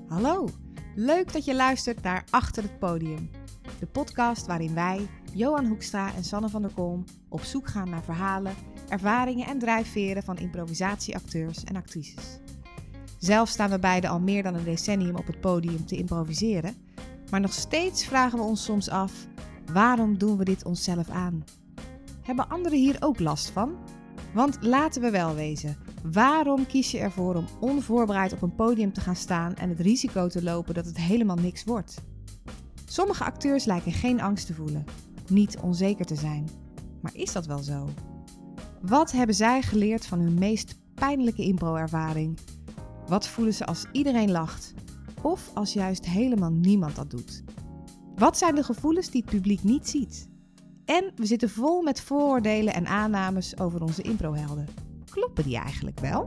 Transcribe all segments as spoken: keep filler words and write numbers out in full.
Hallo, leuk dat je luistert naar Achter het Podium. De podcast waarin wij, Johan Hoekstra en Sanne van der Kolm, op zoek gaan naar verhalen, ervaringen en drijfveren van improvisatieacteurs en actrices. Zelf staan we beiden al meer dan een decennium op het podium te improviseren, maar nog steeds vragen we ons soms af, waarom doen we dit onszelf aan? Hebben anderen hier ook last van? Want laten we wel wezen, waarom kies je ervoor om onvoorbereid op een podium te gaan staan en het risico te lopen dat het helemaal niks wordt? Sommige acteurs lijken geen angst te voelen, niet onzeker te zijn. Maar is dat wel zo? Wat hebben zij geleerd van hun meest pijnlijke impro-ervaring? Wat voelen ze als iedereen lacht? Of als juist helemaal niemand dat doet? Wat zijn de gevoelens die het publiek niet ziet? En we zitten vol met vooroordelen en aannames over onze improhelden. Kloppen die eigenlijk wel?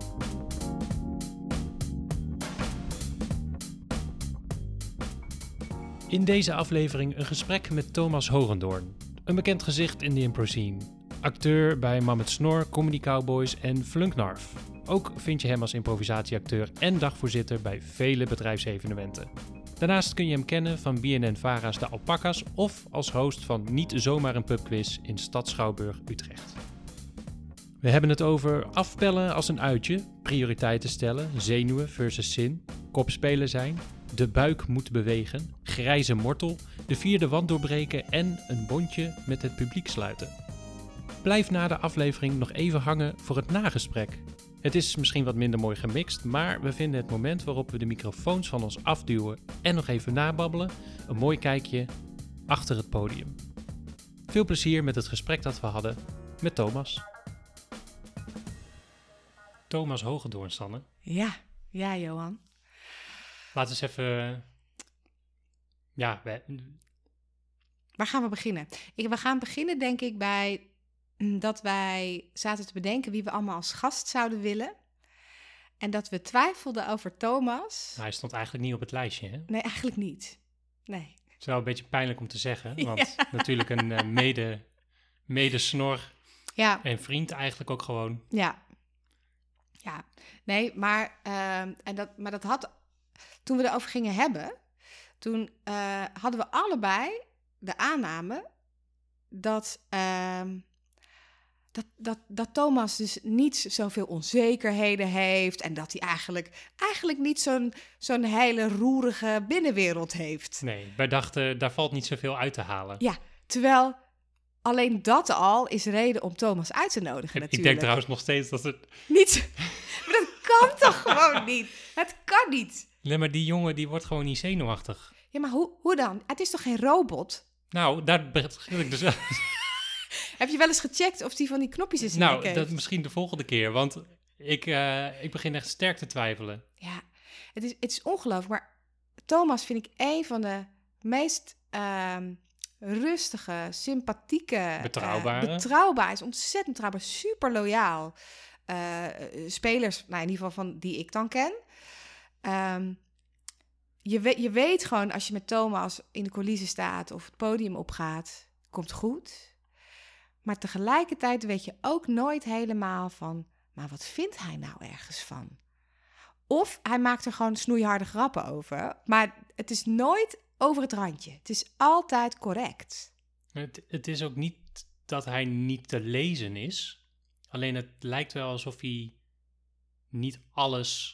In deze aflevering een gesprek met Thomas Hogendoorn, een bekend gezicht in de impro-scene. Acteur bij Mamet Snor, Comedy Cowboys en Flunknarf. Ook vind je hem als improvisatieacteur en dagvoorzitter bij vele bedrijfsevenementen. Daarnaast kun je hem kennen van B N N-Vara's De Alpaca's of als host van Niet Zomaar een Pubquiz in Stad Schouwburg, Utrecht. We hebben het over afpellen als een uitje, prioriteiten stellen, zenuwen versus zin, kopspeler zijn, de buik moet bewegen, grijze mortel, de vierde wand doorbreken en een bondje met het publiek sluiten. Blijf na de aflevering nog even hangen voor het nagesprek. Het is misschien wat minder mooi gemixt, maar we vinden het moment waarop we de microfoons van ons afduwen en nog even nababbelen een mooi kijkje achter het podium. Veel plezier met het gesprek dat we hadden met Thomas. Thomas Hogendoorn, Sanne. Ja, ja Johan. Laten we eens even... Ja, we... Waar gaan we beginnen? Ik, we gaan beginnen denk ik bij dat wij zaten te bedenken wie we allemaal als gast zouden willen. En dat we twijfelden over Thomas. Nou, hij stond eigenlijk niet op het lijstje, hè? Nee, eigenlijk niet. Nee. Het is wel een beetje pijnlijk om te zeggen, want Ja. natuurlijk een uh, mede, mede snor Ja. en vriend eigenlijk ook gewoon. Ja. Ja. Nee, maar, uh, en dat, maar dat had... Toen we erover gingen hebben, toen uh, hadden we allebei de aanname dat, uh, dat, dat, dat Thomas dus niet zoveel onzekerheden heeft en dat hij eigenlijk, eigenlijk niet zo'n, zo'n hele roerige binnenwereld heeft. Nee, wij dachten, daar valt niet zoveel uit te halen. Ja, terwijl alleen dat al is reden om Thomas uit te nodigen natuurlijk. Ik denk trouwens nog steeds dat het... Niet, maar dat kan toch gewoon niet? Het kan niet. Nee, maar die jongen die wordt gewoon niet zenuwachtig. Ja, maar hoe, hoe dan? Het is toch geen robot? Nou, daar begin ik dus wel. Heb je wel eens gecheckt of die van die knopjes is in Nou, heeft? dat misschien de volgende keer, want ik, uh, ik begin echt sterk te twijfelen. Ja, het is, het is ongelooflijk, maar Thomas vind ik een van de meest uh, rustige, sympathieke... Betrouwbare. Uh, betrouwbaar, hij is ontzettend betrouwbaar, super loyaal. Uh, spelers, nou in ieder geval van die ik dan ken... Um, je, we, je weet gewoon als je met Thomas in de coulissen staat of het podium opgaat, komt goed. Maar tegelijkertijd weet je ook nooit helemaal van, maar wat vindt hij nou ergens van? Of hij maakt er gewoon snoeiharde grappen over, maar het is nooit over het randje. Het is altijd correct. Het, het is ook niet dat hij niet te lezen is, alleen het lijkt wel alsof hij niet alles...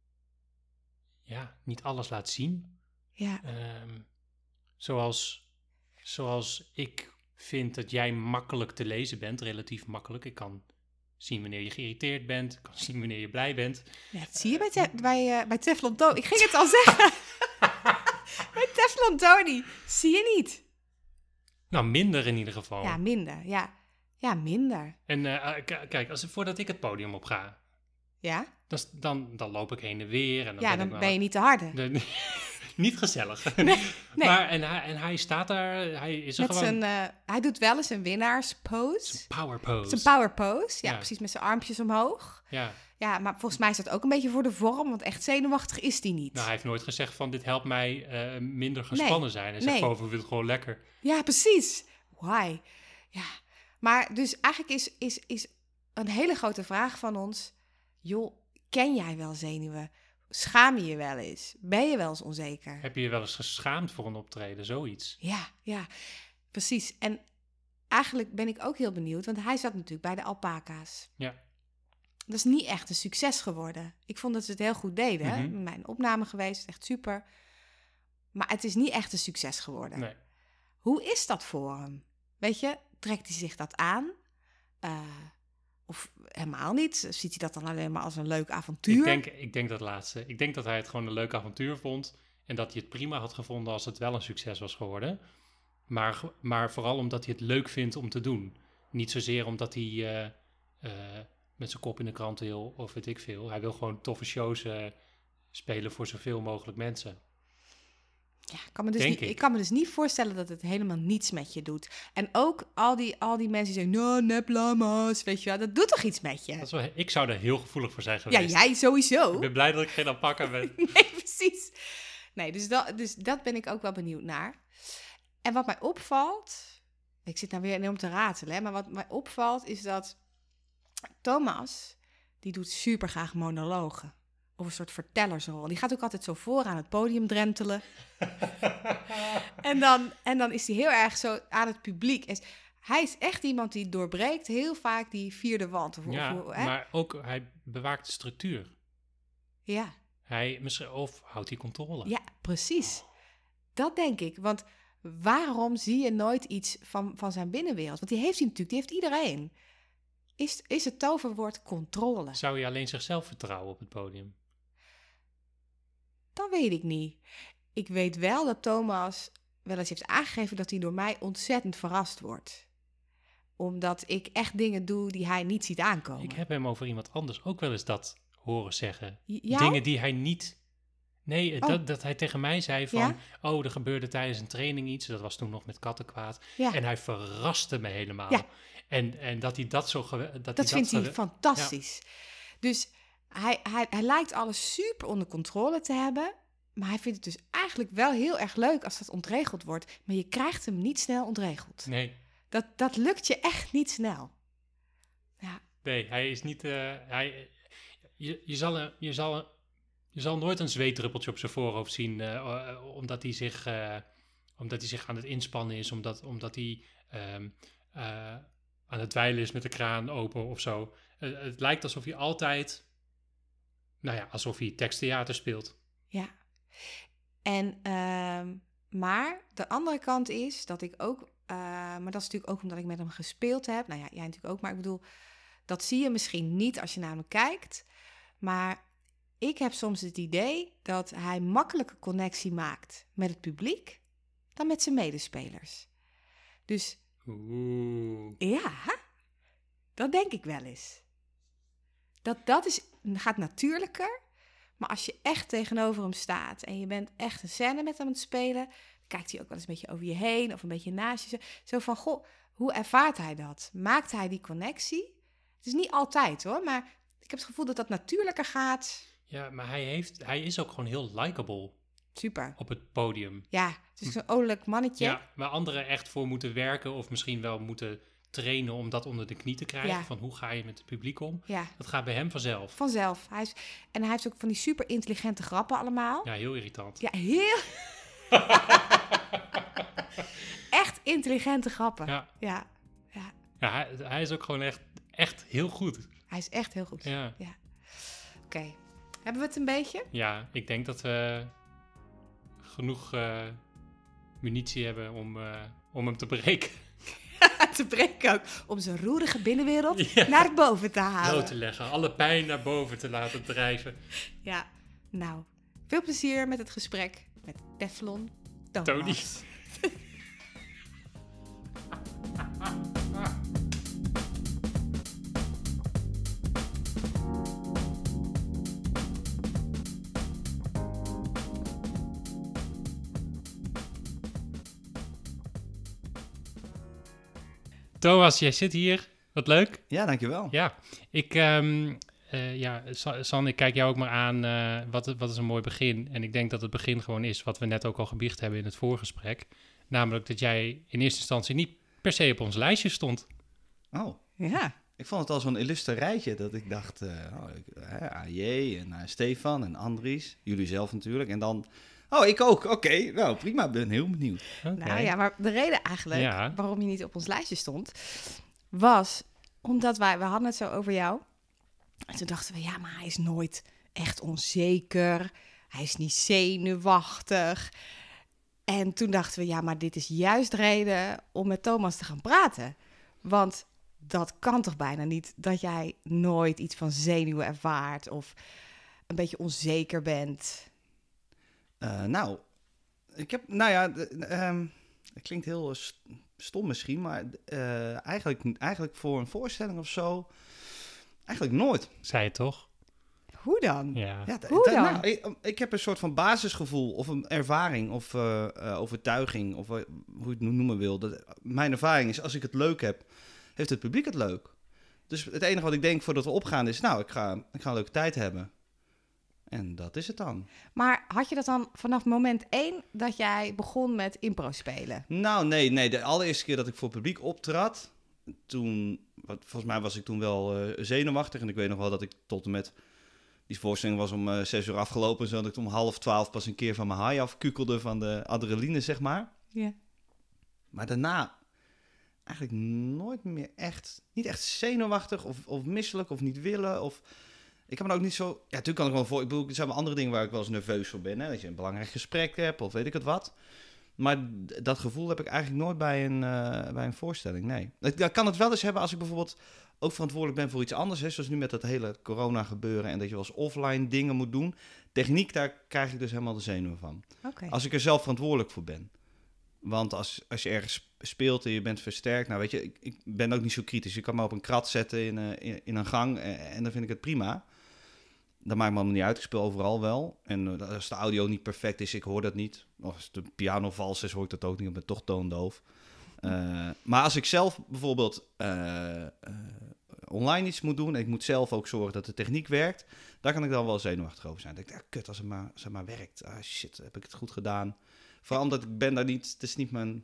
Ja, niet alles laat zien. Ja. Um, zoals, zoals ik vind dat jij makkelijk te lezen bent, relatief makkelijk. Ik kan zien wanneer je geïrriteerd bent, ik kan zien wanneer je blij bent. Ja, dat zie je bij, te- bij, uh, bij Teflon Tony. Ik ging het al zeggen. Bij Teflon Tony zie je niet. Nou, minder in ieder geval. Ja, minder. Ja, ja minder. En uh, k- kijk, als, voordat ik het podium op ga... Ja? Dan, dan, dan loop ik heen en weer. En dan ja, ben dan ik wel, ben je niet te harde. De, niet gezellig. Nee, nee. Maar, en, hij, en hij staat daar, hij is er met gewoon... Zijn, uh, hij doet wel eens een winnaarspose. Zijn power pose. Zijn power pose, ja, Ja. precies, met zijn armpjes omhoog. Ja. Ja, maar volgens mij is dat ook een beetje voor de vorm, want echt zenuwachtig is die niet. Nou, hij heeft nooit gezegd van, dit helpt mij uh, minder gespannen nee. zijn. Hij zegt nee. gewoon, ik vind het gewoon lekker. Ja, precies. Why? Ja, maar dus eigenlijk is, is, is een hele grote vraag van ons... joh, ken jij wel zenuwen? Schaam je je wel eens? Ben je wel eens onzeker? Heb je je wel eens geschaamd voor een optreden? Zoiets. Ja, ja, precies. En eigenlijk ben ik ook heel benieuwd, want hij zat natuurlijk bij de alpaca's. Ja. Dat is niet echt een succes geworden. Ik vond dat ze het heel goed deden. Mm-hmm. Hè? Mijn opname geweest, echt super. Maar het is niet echt een succes geworden. Nee. Hoe is dat voor hem? Weet je, trekt hij zich dat aan? Uh, of helemaal niet? Ziet hij dat dan alleen maar als een leuk avontuur? Ik denk, ik denk dat laatste. Ik denk dat hij het gewoon een leuk avontuur vond. En dat hij het prima had gevonden als het wel een succes was geworden. Maar, maar vooral omdat hij het leuk vindt om te doen. Niet zozeer omdat hij uh, uh, met zijn kop in de krant wil of weet ik veel. Hij wil gewoon toffe shows uh, spelen voor zoveel mogelijk mensen. Ja, ik kan, me dus niet, ik. ik kan me dus niet voorstellen dat het helemaal niets met je doet. En ook al die, al die mensen die zeggen, nou, nep lama's, weet je wel, dat doet toch iets met je? Dat is wel, ik zou er heel gevoelig voor zijn geweest. Ja, jij sowieso. Ik ben blij dat ik geen alpaca ben. Nee, precies. Nee, dus dat, dus dat ben ik ook wel benieuwd naar. En wat mij opvalt, ik zit nou weer enorm te ratelen, hè, maar wat mij opvalt is dat Thomas, die doet super graag monologen. Of een soort vertellersrol. Die gaat ook altijd zo voor aan het podium drentelen. en, dan, en dan is hij heel erg zo aan het publiek. En hij is echt iemand die doorbreekt heel vaak die vierde wand. Of, ja, of, hè? Maar ook hij bewaakt de structuur. Ja. Hij, misschien, of houdt hij controle. Ja, precies. Dat denk ik. Want waarom zie je nooit iets van, van zijn binnenwereld? Want die heeft hij natuurlijk, die heeft iedereen. Is, is het toverwoord controle. Zou je alleen zichzelf vertrouwen op het podium? Dat weet ik niet. Ik weet wel dat Thomas wel eens heeft aangegeven dat hij door mij ontzettend verrast wordt. Omdat ik echt dingen doe die hij niet ziet aankomen. Ik heb hem over iemand anders ook wel eens dat horen zeggen. Jou? Dingen die hij niet... Nee, oh. dat, dat hij tegen mij zei van... Ja? Oh, er gebeurde tijdens een training iets. Dat was toen nog met kattenkwaad. Ja. En hij verraste me helemaal. Ja. En, en dat hij dat zo... Ge- dat dat hij vindt dat hij fantastisch. Ja. Dus hij, hij, hij lijkt alles super onder controle te hebben... Maar hij vindt het dus eigenlijk wel heel erg leuk als dat ontregeld wordt. Maar je krijgt hem niet snel ontregeld. Nee. Dat, dat lukt je echt niet snel. Ja. Nee, hij is niet... Uh, hij, je, je, zal, je, zal, je zal nooit een zweetdruppeltje op zijn voorhoofd zien... Uh, uh, omdat, hij zich, uh, omdat hij zich aan het inspannen is. Omdat, omdat hij um, uh, aan het dweilen is met de kraan open of zo. Uh, het lijkt alsof hij altijd... Nou ja, alsof hij teksttheater speelt. Ja. En, uh, maar de andere kant is dat ik ook, uh, maar dat is natuurlijk ook omdat ik met hem gespeeld heb. Nou ja, jij natuurlijk ook, maar ik bedoel, dat zie je misschien niet als je naar hem kijkt. Maar ik heb soms het idee dat hij makkelijker connectie maakt met het publiek dan met zijn medespelers. Dus, Oeh. Ja, dat denk ik wel eens. Dat, dat is, gaat natuurlijker. Maar als je echt tegenover hem staat en je bent echt een scène met hem aan het spelen, dan kijkt hij ook wel eens een beetje over je heen of een beetje naast je. Zo van, goh, hoe ervaart hij dat? Maakt hij die connectie? Het is niet altijd hoor, maar ik heb het gevoel dat dat natuurlijker gaat. Ja, maar hij, heeft, hij is ook gewoon heel likable. Super. Op het podium. Ja, het is zo'n olijk mannetje. Ja, waar anderen echt voor moeten werken of misschien wel moeten trainen om dat onder de knie te krijgen. Ja. Van hoe ga je met het publiek om? Ja. Dat gaat bij hem vanzelf. Vanzelf. Hij is, en hij heeft ook van die super intelligente grappen allemaal. Ja, heel irritant. Ja, heel... echt intelligente grappen. Ja. Ja. Ja. ja hij, hij is ook gewoon echt, echt heel goed. Hij is echt heel goed. Ja. ja. Oké. Okay. Hebben we het een beetje? Ja, ik denk dat we genoeg uh, munitie hebben om, uh, om hem te breken. te breken ook. Om zijn roerige binnenwereld ja. naar boven te halen. Lood te leggen. Alle pijn naar boven te laten drijven. Ja. Nou, veel plezier met het gesprek met Teflon Thomas. Tony. Thomas, jij zit hier. Wat leuk. Ja, dankjewel. Ja, ik, um, uh, ja, San, ik kijk jou ook maar aan. Uh, wat, wat is een mooi begin? En ik denk dat het begin gewoon is wat we net ook al gebiecht hebben in het voorgesprek. Namelijk dat jij in eerste instantie niet per se op ons lijstje stond. Oh. Ja. ik vond het al zo'n illustre rijtje dat ik dacht, uh, oh, uh, A J en uh, Stefan en Andries, jullie zelf natuurlijk. En dan, oh, ik ook. Oké, okay, nou prima, ben heel benieuwd. Okay. Nou ja, maar de reden eigenlijk ja. waarom je niet op ons lijstje stond, was omdat wij, we hadden het zo over jou. En toen dachten we, ja, maar hij is nooit echt onzeker. Hij is niet zenuwachtig. En toen dachten we, ja, maar dit is juist de reden om met Thomas te gaan praten. Want dat kan toch bijna niet, dat jij nooit iets van zenuwen ervaart of een beetje onzeker bent? Uh, nou, ik heb, nou ja, uh, um, het klinkt heel stom misschien, maar uh, eigenlijk, eigenlijk voor een voorstelling of zo, eigenlijk nooit. Zei je toch? Hoe dan? Ja. Ja, d- Hoe d- dan? Nou, ik, ik heb een soort van basisgevoel of een ervaring of uh, uh, overtuiging of uh, hoe je het noemen wil. Dat, mijn ervaring is, als ik het leuk heb, heeft het publiek het leuk. Dus het enige wat ik denk voordat we opgaan is, nou, ik ga, ik ga een leuke tijd hebben. En dat is het dan. Maar had je dat dan vanaf moment één dat jij begon met impro spelen? Nou, nee, nee. De allereerste keer dat ik voor publiek optrad, toen, wat, volgens mij was ik toen wel uh, zenuwachtig. En ik weet nog wel dat ik tot en met, die voorstelling was om uh, zes uur afgelopen, zodat ik om half twaalf pas een keer van mijn high afkukelde van de adrenaline, zeg maar. Ja. Yeah. Maar daarna eigenlijk nooit meer echt, niet echt zenuwachtig of, of misselijk of niet willen of... Ik heb me ook niet zo... Ja, natuurlijk kan ik wel voor... Ik bedoel, er zijn wel andere dingen waar ik wel eens nerveus voor ben. Hè? Dat je een belangrijk gesprek hebt of weet ik het wat. Maar d- dat gevoel heb ik eigenlijk nooit bij een, uh, bij een voorstelling, nee. Ik, ik kan het wel eens hebben als ik bijvoorbeeld ook verantwoordelijk ben voor iets anders. Hè? Zoals nu met dat hele corona gebeuren en dat je wel eens offline dingen moet doen. Techniek, daar krijg ik dus helemaal de zenuwen van. Okay. Als ik er zelf verantwoordelijk voor ben. Want als, als je ergens speelt en je bent versterkt... Nou weet je, ik, ik ben ook niet zo kritisch. Je kan me op een krat zetten in, uh, in, in een gang en, en dan vind ik het prima... Dat maakt me allemaal niet uit. Ik speel overal wel. En uh, als de audio niet perfect is, ik hoor dat niet. Of als de piano vals is, hoor ik dat ook niet. Ik ben toch toondoof. Uh, maar als ik zelf bijvoorbeeld uh, uh, online iets moet doen... en ik moet zelf ook zorgen dat de techniek werkt... daar kan ik dan wel zenuwachtig over zijn. Dan denk ik, ah, kut, als het maar, als het maar werkt. Ah, shit, heb ik het goed gedaan. Vooral omdat ik ben daar niet... Het is niet mijn...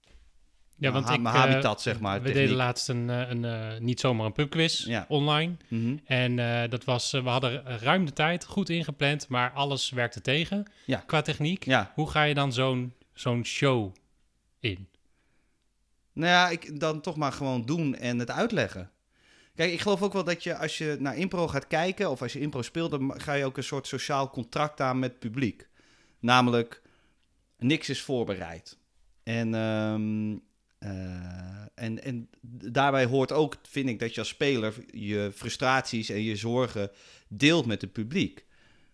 Ja, want ha- ik, mijn habitat, zeg maar. We techniek. deden laatst een, een, een, niet zomaar een pubquiz ja. online. Mm-hmm. En uh, dat was, uh, we hadden ruim de tijd, goed ingepland, maar alles werkte tegen ja. qua techniek. Ja. Hoe ga je dan zo'n, zo'n show in? Nou ja, ik, dan toch maar gewoon doen en het uitleggen. Kijk, ik geloof ook wel dat je als je naar impro gaat kijken... of als je impro speelt, dan ga je ook een soort sociaal contract aan met het publiek. Namelijk, niks is voorbereid. En... Um, Uh, en, en daarbij hoort ook, vind ik, dat je als speler je frustraties en je zorgen deelt met het publiek.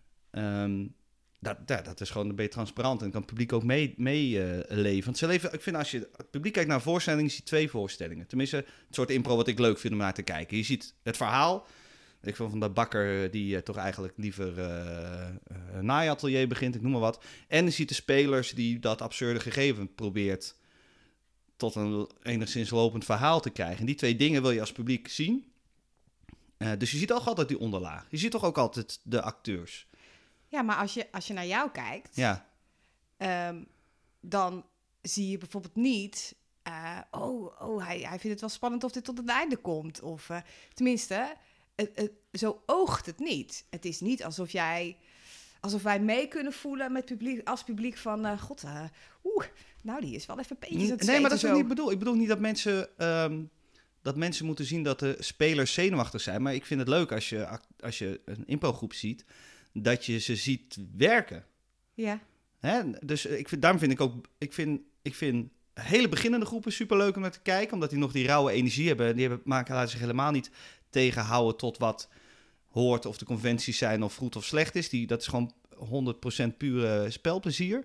Um, dat, dat, dat is gewoon een beetje transparant en kan het publiek ook meeleven. Mee, uh, leven. Want ze leven, ik vind als je het publiek kijkt naar een voorstelling, je ziet twee voorstellingen. Tenminste, het soort impro wat ik leuk vind om naar te kijken. Je ziet het verhaal. Ik vind van dat bakker die uh, toch eigenlijk liever uh, uh, een naaiatelier begint, ik noem maar wat. En je ziet de spelers die dat absurde gegeven probeert tot een enigszins lopend verhaal te krijgen. En die twee dingen wil je als publiek zien. Uh, dus je ziet ook altijd die onderlaag. Je ziet toch ook altijd de acteurs. Ja, maar als je, als je naar jou kijkt... Ja. Um, dan zie je bijvoorbeeld niet... Uh, oh, oh hij, hij vindt het wel spannend of dit tot het einde komt. Of uh, tenminste, uh, uh, zo oogt het niet. Het is niet alsof jij... Alsof wij mee kunnen voelen met publiek, als publiek van... Uh, God, uh, oeh... Nou, die is wel even peetjes aan het Nee, maar dat is zo. wat ik niet bedoel. Ik bedoel niet dat mensen, um, dat mensen moeten zien dat de spelers zenuwachtig zijn. Maar ik vind het leuk als je, als je een improgroep ziet, dat je ze ziet werken. Ja. Hè? Dus ik vind, daarom vind ik ook... Ik vind, ik vind hele beginnende groepen superleuk om naar te kijken, omdat die nog die rauwe energie hebben. Die hebben, maken, laten zich helemaal niet tegenhouden tot wat hoort of de conventies zijn of goed of slecht is. Die, dat is gewoon honderd procent pure spelplezier.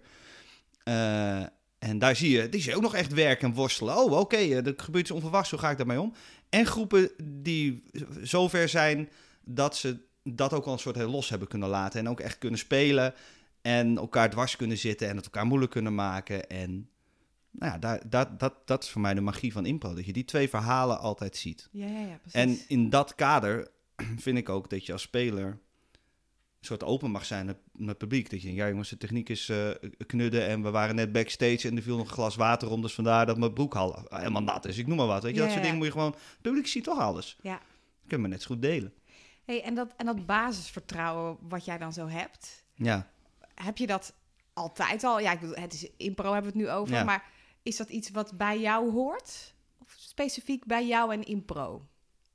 Uh, En daar zie je, die zie je ook nog echt werken en worstelen. Oh, oké, okay, er gebeurt iets onverwachts, hoe ga ik daarmee om? En groepen die zover zijn dat ze dat ook al een soort heel los hebben kunnen laten. En ook echt kunnen spelen en elkaar dwars kunnen zitten en het elkaar moeilijk kunnen maken. En nou ja, daar, dat, dat, dat is voor mij de magie van impro, dat je die twee verhalen altijd ziet. Ja, ja, ja, precies. En in dat kader vind ik ook dat je als speler soort open mag zijn met, met het publiek. Dat je, ja jongens, de techniek is uh, knudden en we waren net backstage en er viel nog een glas water om. Dus vandaar dat mijn broek hal, helemaal nat is. Ik noem maar wat. Weet je, Ja, dat soort ja. dingen moet je gewoon... Het publiek ziet toch alles. Ja. Kunnen we net zo goed delen. Hey, en, dat, en dat basisvertrouwen wat jij dan zo hebt, Ja. heb je dat altijd al? Ja, ik bedoel, het is impro hebben we het nu over, Ja. maar is dat iets wat bij jou hoort? Of specifiek bij jou en impro?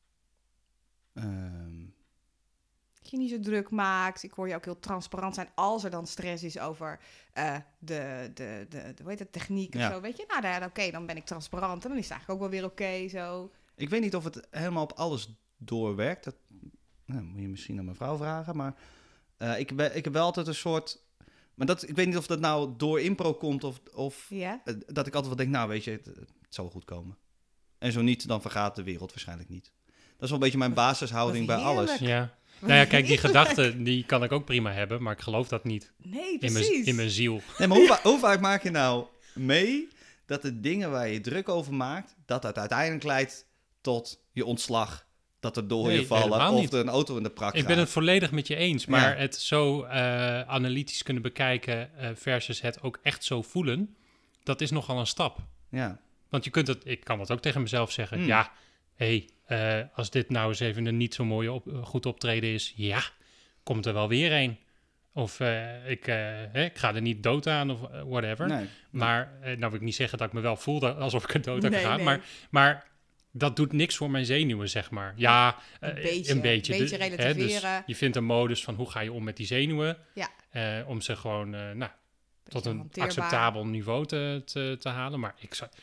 Um, Dat je niet zo druk maakt. Ik hoor je ook heel transparant zijn als er dan stress is over uh, de, de, de, de, hoe heet het, techniek Ja. of zo. Weet je, nou, oké, okay, dan ben ik transparant en dan is het eigenlijk ook wel weer oké okay, zo. ik weet niet of het helemaal op alles doorwerkt. Dat nou, moet je misschien aan mijn vrouw vragen. Maar uh, ik, ben, ik heb wel altijd een soort... Maar dat, ik weet niet of dat nou door impro komt of, of Ja? uh, dat ik altijd wel denk, nou weet je, het, het zal wel goed komen. En zo niet, dan vergaat de wereld waarschijnlijk niet. Dat is wel een beetje mijn basishouding bij heerlijk. alles. Ja. Nou ja, kijk, die gedachte, die kan ik ook prima hebben, maar ik geloof dat niet. Nee, In precies. mijn, in mijn ziel. Nee, maar hoe, va- hoe vaak maak je nou mee dat de dingen waar je druk over maakt, dat dat uiteindelijk leidt tot je ontslag, dat er door Nee, je vallen helemaal of niet. er een auto in de prak Ik gaat. ben het volledig met je eens, maar Ja. het zo uh, analytisch kunnen bekijken uh, versus het ook echt zo voelen, dat is nogal een stap. Ja. Want je kunt het, ik kan dat ook tegen mezelf zeggen, Hmm. ja, hé, hey, uh, als dit nou eens even een niet zo mooie op, uh, goed optreden is, ja, komt er wel weer een. Of uh, ik, uh, hè, ik ga er niet dood aan of uh, whatever. Nee. Maar, uh, nou wil ik niet zeggen dat ik me wel voel alsof ik er dood aan Nee, ga, nee. maar, maar dat doet niks voor mijn zenuwen, zeg maar. Ja, uh, Een beetje, een beetje. beetje De- hè, relativeren. dus je vindt een modus van hoe ga je om met die zenuwen, Ja. uh, om ze gewoon, uh, nou, tot een hanteerbaar. acceptabel niveau te, te, te halen. Maar ik zou...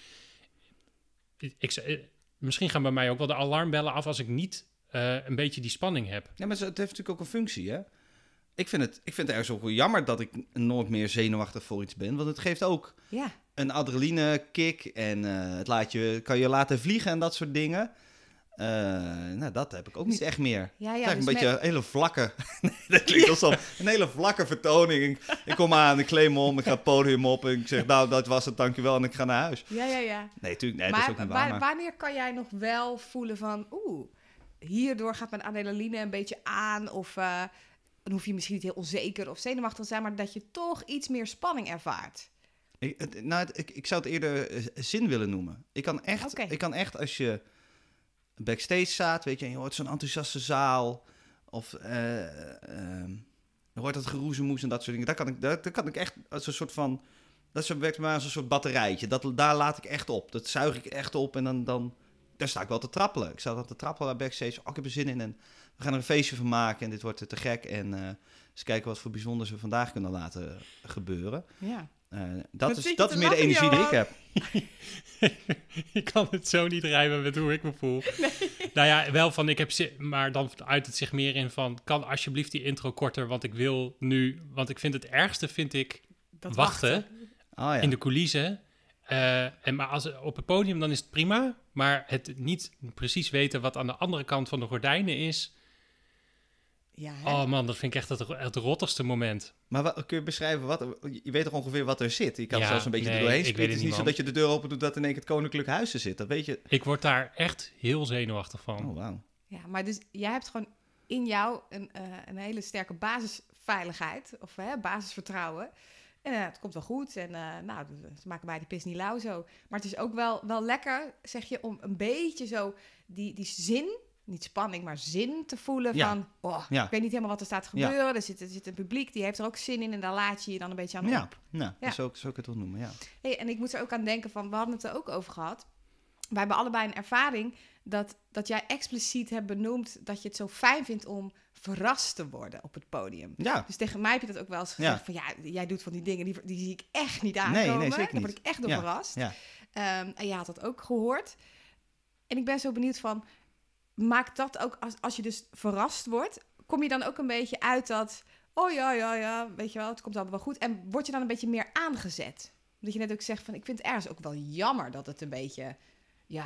Ik, ik, misschien gaan bij mij ook wel de alarmbellen af als ik niet uh, een beetje die spanning heb. Ja, maar het heeft natuurlijk ook een functie, hè? Ik vind het, ik vind het ergens ook wel jammer dat ik nooit meer zenuwachtig voor iets ben. Want het geeft ook Ja. een adrenaline kick en uh, het laat je, kan je laten vliegen en dat soort dingen. Uh, nou, dat heb ik ook niet echt meer. Ja, Het ja, is dus een beetje met- een hele vlakke... nee, dat klinkt alsof een hele vlakke vertoning. Ik, ik kom aan, ik kleed me om, ik ga het podium op en ik zeg, nou, dat was het, dankjewel, en ik ga naar huis. ja, ja, ja. Nee, tuurlijk, nee, maar dat is ook niet waar. waar- Maar... wanneer kan jij nog wel voelen van... Oeh, hierdoor gaat mijn adrenaline een beetje aan. Of uh, dan hoef je misschien niet heel onzeker of zenuwachtig te zijn... maar dat je toch iets meer spanning ervaart. Ik, het, nou, het- ik, ik zou het eerder uh, zin willen noemen. Ik kan echt, Oké. ik kan echt als je backstage staat, weet je, en je hoort zo'n enthousiaste zaal, of uh, uh, je hoort dat geroezemoes en dat soort dingen. Daar kan ik, daar, daar kan ik echt als een soort van, dat is- werkt bij mij als een soort batterijtje. Dat, daar laat ik echt op. Dat zuig ik echt op en dan, dan daar sta ik wel te trappelen. Ik sta dan te trappelen backstage. Oh, ik heb er zin in en we gaan er een feestje van maken en dit wordt te gek. En uh, eens kijken wat voor bijzonders we vandaag kunnen laten gebeuren. Ja. Uh, dat Wat is, zit je dat te is meer de lachen, energie die ik Johan? heb. Ik kan het zo niet rijmen met hoe ik me voel. Nee. Nou ja, wel van ik heb zin, maar dan uit het zich meer in van kan alsjeblieft die intro korter, want ik wil nu, want ik vind het ergste vind ik Dat wachten, wachten. Oh, ja. in de coulissen. Uh, en maar als op het podium dan is het prima, maar het niet precies weten wat aan de andere kant van de gordijnen is. Ja, hè? Oh man, dat vind ik echt het, het rottigste moment. Maar wat, kun je beschrijven, wat, je weet toch ongeveer wat er zit? Je kan Ja, zelfs een beetje nee, er doorheen ik weet schieten. het Het is niet niet, zo dat je de deur open doet dat in één keer het Koninklijk Huis er zit. Dat weet je. Ik word daar echt heel zenuwachtig van. Oh, wauw. Ja, maar dus jij hebt gewoon in jou een, uh, een hele sterke basisveiligheid. Of hè, basisvertrouwen. En uh, het komt wel goed. En uh, nou, ze maken mij die pis niet lauw zo. Maar het is ook wel, wel lekker, zeg je, om een beetje zo die, die zin... niet spanning, maar zin te voelen Ja. van... oh, Ja. ik weet niet helemaal wat er staat te gebeuren. Ja. Er, zit, er zit een publiek, die heeft er ook zin in... en daar laat je je dan een beetje aan Ja, op. nou, Ja. zo, zo kan ik het wel noemen, ja. Hey, en ik moet er ook aan denken van... we hadden het er ook over gehad. Wij hebben allebei een ervaring... dat, dat jij expliciet hebt benoemd... dat je het zo fijn vindt om verrast te worden op het podium. Ja, Dus tegen mij heb je dat ook wel eens gezegd... Ja. van ja, jij doet van die dingen... die, die zie ik echt niet aankomen. Nee, nee, zeker Daar word niet. ik echt door Ja. verrast. ja. Um, en je had dat ook gehoord. En ik ben zo benieuwd van... maakt dat ook, als, als je dus verrast wordt... kom je dan ook een beetje uit dat... oh ja, ja, ja, weet je wel, het komt allemaal wel goed. En word je dan een beetje meer aangezet? Omdat je net ook zegt van... ik vind het ergens ook wel jammer dat het een beetje... ja,